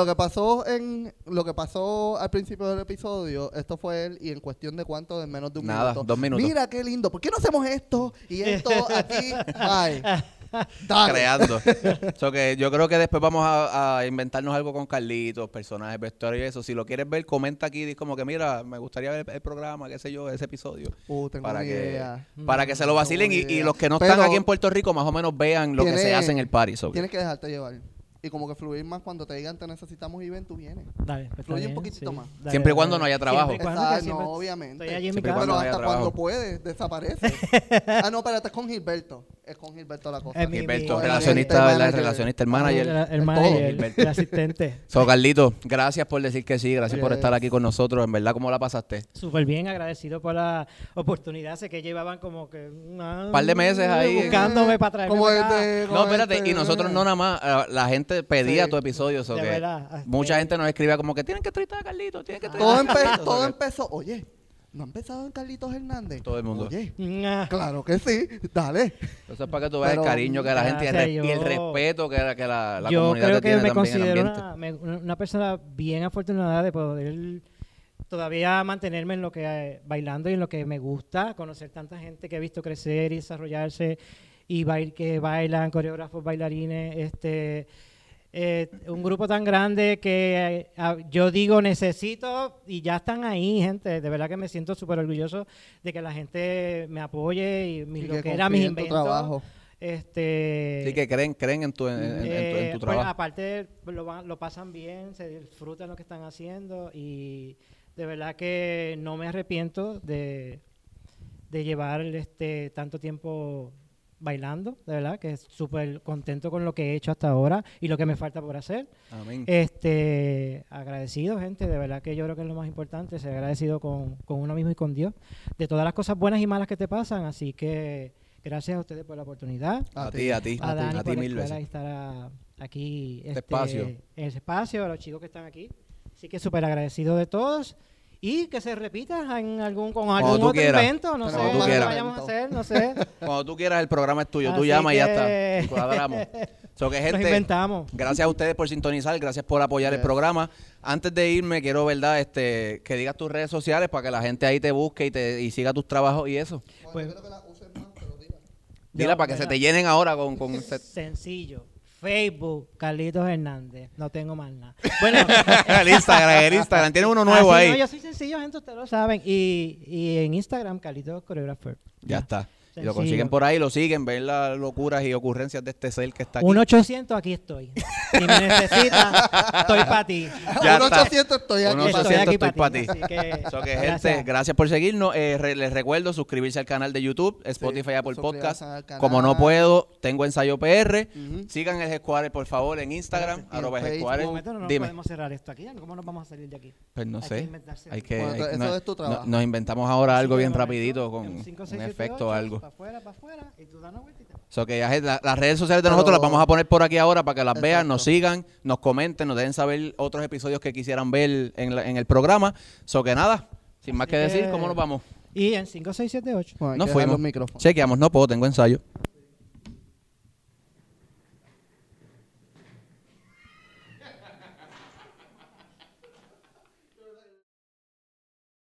lo que pasó al principio del episodio, esto fue él y en cuestión de cuánto, en menos de un Nada, minuto. 2 minutos. Mira qué lindo, ¿por qué no hacemos esto y esto aquí? Ay, dale. Creando. So que yo creo que después vamos a inventarnos algo con Carlitos, personajes, vestuario y eso. Si lo quieres ver, comenta aquí, di como que mira, me gustaría ver el programa, qué sé yo, ese episodio. Tengo Para una que, idea. para que se lo vacilen Tengo una y idea. los que no Pero están aquí en Puerto Rico más o menos vean lo que se tiene- hace en el party. so que- Tienes que dejarte llevar. Y como que fluir más cuando te digan te necesitamos y ven, tú vienes. Dale, pues, está Fluye un bien, poquitito más. Dale, Siempre y dale, cuando dale. no haya trabajo. Siempre y cuando, Exacto, que siempre no, obviamente. Estoy allí en mi Siempre y casa. cuando Pero no haya hasta trabajo. cuando puedes, desaparece. No, espérate, es con Gilberto. Es con Gilberto la cosa. Es mi- Gilberto, mi- relacionista, el ¿verdad? manager. Relacionista, el El, manager. el manager, Gilberto. el asistente. So, Carlito, gracias por decir que sí, gracias por Yes. estar aquí con nosotros. En verdad, ¿cómo la pasaste? Súper bien, agradecido por la oportunidad. Sé que llevaban como que un Par de meses ahí. buscándome para traerme Como para el acá. de- No, espérate, y nosotros no nada más, la gente pedía Sí. tu episodio, so De que verdad, mucha gente nos escribía como que tienen que entrevistar a Carlito, tienen que Todo, entrevistar a Carlito, todo so que empezó. Oye, ¿no ha empezado en Carlitos Hernández? Todo el mundo. Oye, Ah, claro que sí. Dale. Eso es para que tú veas el Pero, cariño que la gente y el, gracias, y el yo- respeto que la yo comunidad creo te tiene que me también en el considero ambiente. una persona bien afortunada de poder todavía mantenerme en lo que bailando y en lo que me gusta, conocer tanta gente que he visto crecer y desarrollarse y que bailan, coreógrafos, bailarines, un grupo tan grande que yo digo necesito y ya están ahí, gente. De verdad que me siento súper orgulloso de que la gente me apoye y Y lo que que era confíe mis en tu inventos. trabajo. Sí, que creen en tu Pues, trabajo. aparte lo pasan bien, se disfrutan lo que están haciendo y de verdad que no me arrepiento de de llevar tanto tiempo bailando, de verdad, que es súper contento con lo que he hecho hasta ahora y lo que me falta por hacer. Amén. Agradecido, gente, de verdad que yo creo que es lo más importante, ser agradecido con uno mismo y con Dios, de todas las cosas buenas y malas que te pasan, así que gracias a ustedes por la oportunidad. A ti. A Dani A ti por mil la escuela veces. y estar aquí Espacio. en ese espacio, a los chicos que están aquí. Así que súper agradecido de todos y que se repita con algún tú otro quieras. evento, no sé, Cuando tú lo que quieras. vayamos a hacer, no sé. Cuando tú quieras, el programa es tuyo. Tú Así llamas y ya que- está. Cuadramos. So que, Nos gente, inventamos. gracias a ustedes por sintonizar, gracias por apoyar el Yes. programa. Antes de irme, quiero, ¿verdad? Que digas tus redes sociales para que la gente ahí te busque y siga tus trabajos y eso. Pues- Yo creo que la uses más, pero diga. Dila para que se te llenen ahora con Sencillo. Facebook, Carlitos Hernández. No tengo más nada. Bueno, el Instagram. Tiene uno nuevo así, ahí. no, yo soy sencillo, gente, ustedes lo saben. Y en Instagram, Carlitos Choreographer. Ya está. Y lo Sencillo. consiguen por ahí, lo siguen, ven las locuras y ocurrencias de este ser que está aquí. 1-800, aquí estoy. Si me necesitas, estoy para ti. Ya Un está. 800 estoy aquí. 1-800 Estoy aquí estoy pa' pa' ti. ti. Así que, So que, gente, gracias. gracias por seguirnos. Les recuerdo suscribirse al canal de YouTube, Spotify, Apple suscríbanse Podcast. al canal. Como no puedo, tengo ensayo PR. Ujú. Sigan el G-Square, por favor, en Instagram, Y en @G-Square. En un momento no Dime. podemos cerrar esto aquí. ¿Cómo nos vamos a salir de aquí? Pues no Hay que sé. inventarse Hay algo. que, Bueno, hay- eso no- es tu no- trabajo. nos inventamos ahora algo Así que bien de momento, rapidito con en 5, 6, un 7, efecto o 8, algo. Para afuera, y tú das una vueltita. So que ya, gente, las redes sociales de Pero- nosotros las vamos a poner por aquí ahora para que las vean, Exacto. nos sigan, nos comenten, nos dejen saber otros episodios que quisieran ver en el programa. So que nada, sin más Así que decir, que- ¿cómo nos vamos? Y en 5, 6, 7, 8. Bueno, hay Nos que dejar fuimos. los micrófonos. Chequeamos, no puedo, tengo ensayo.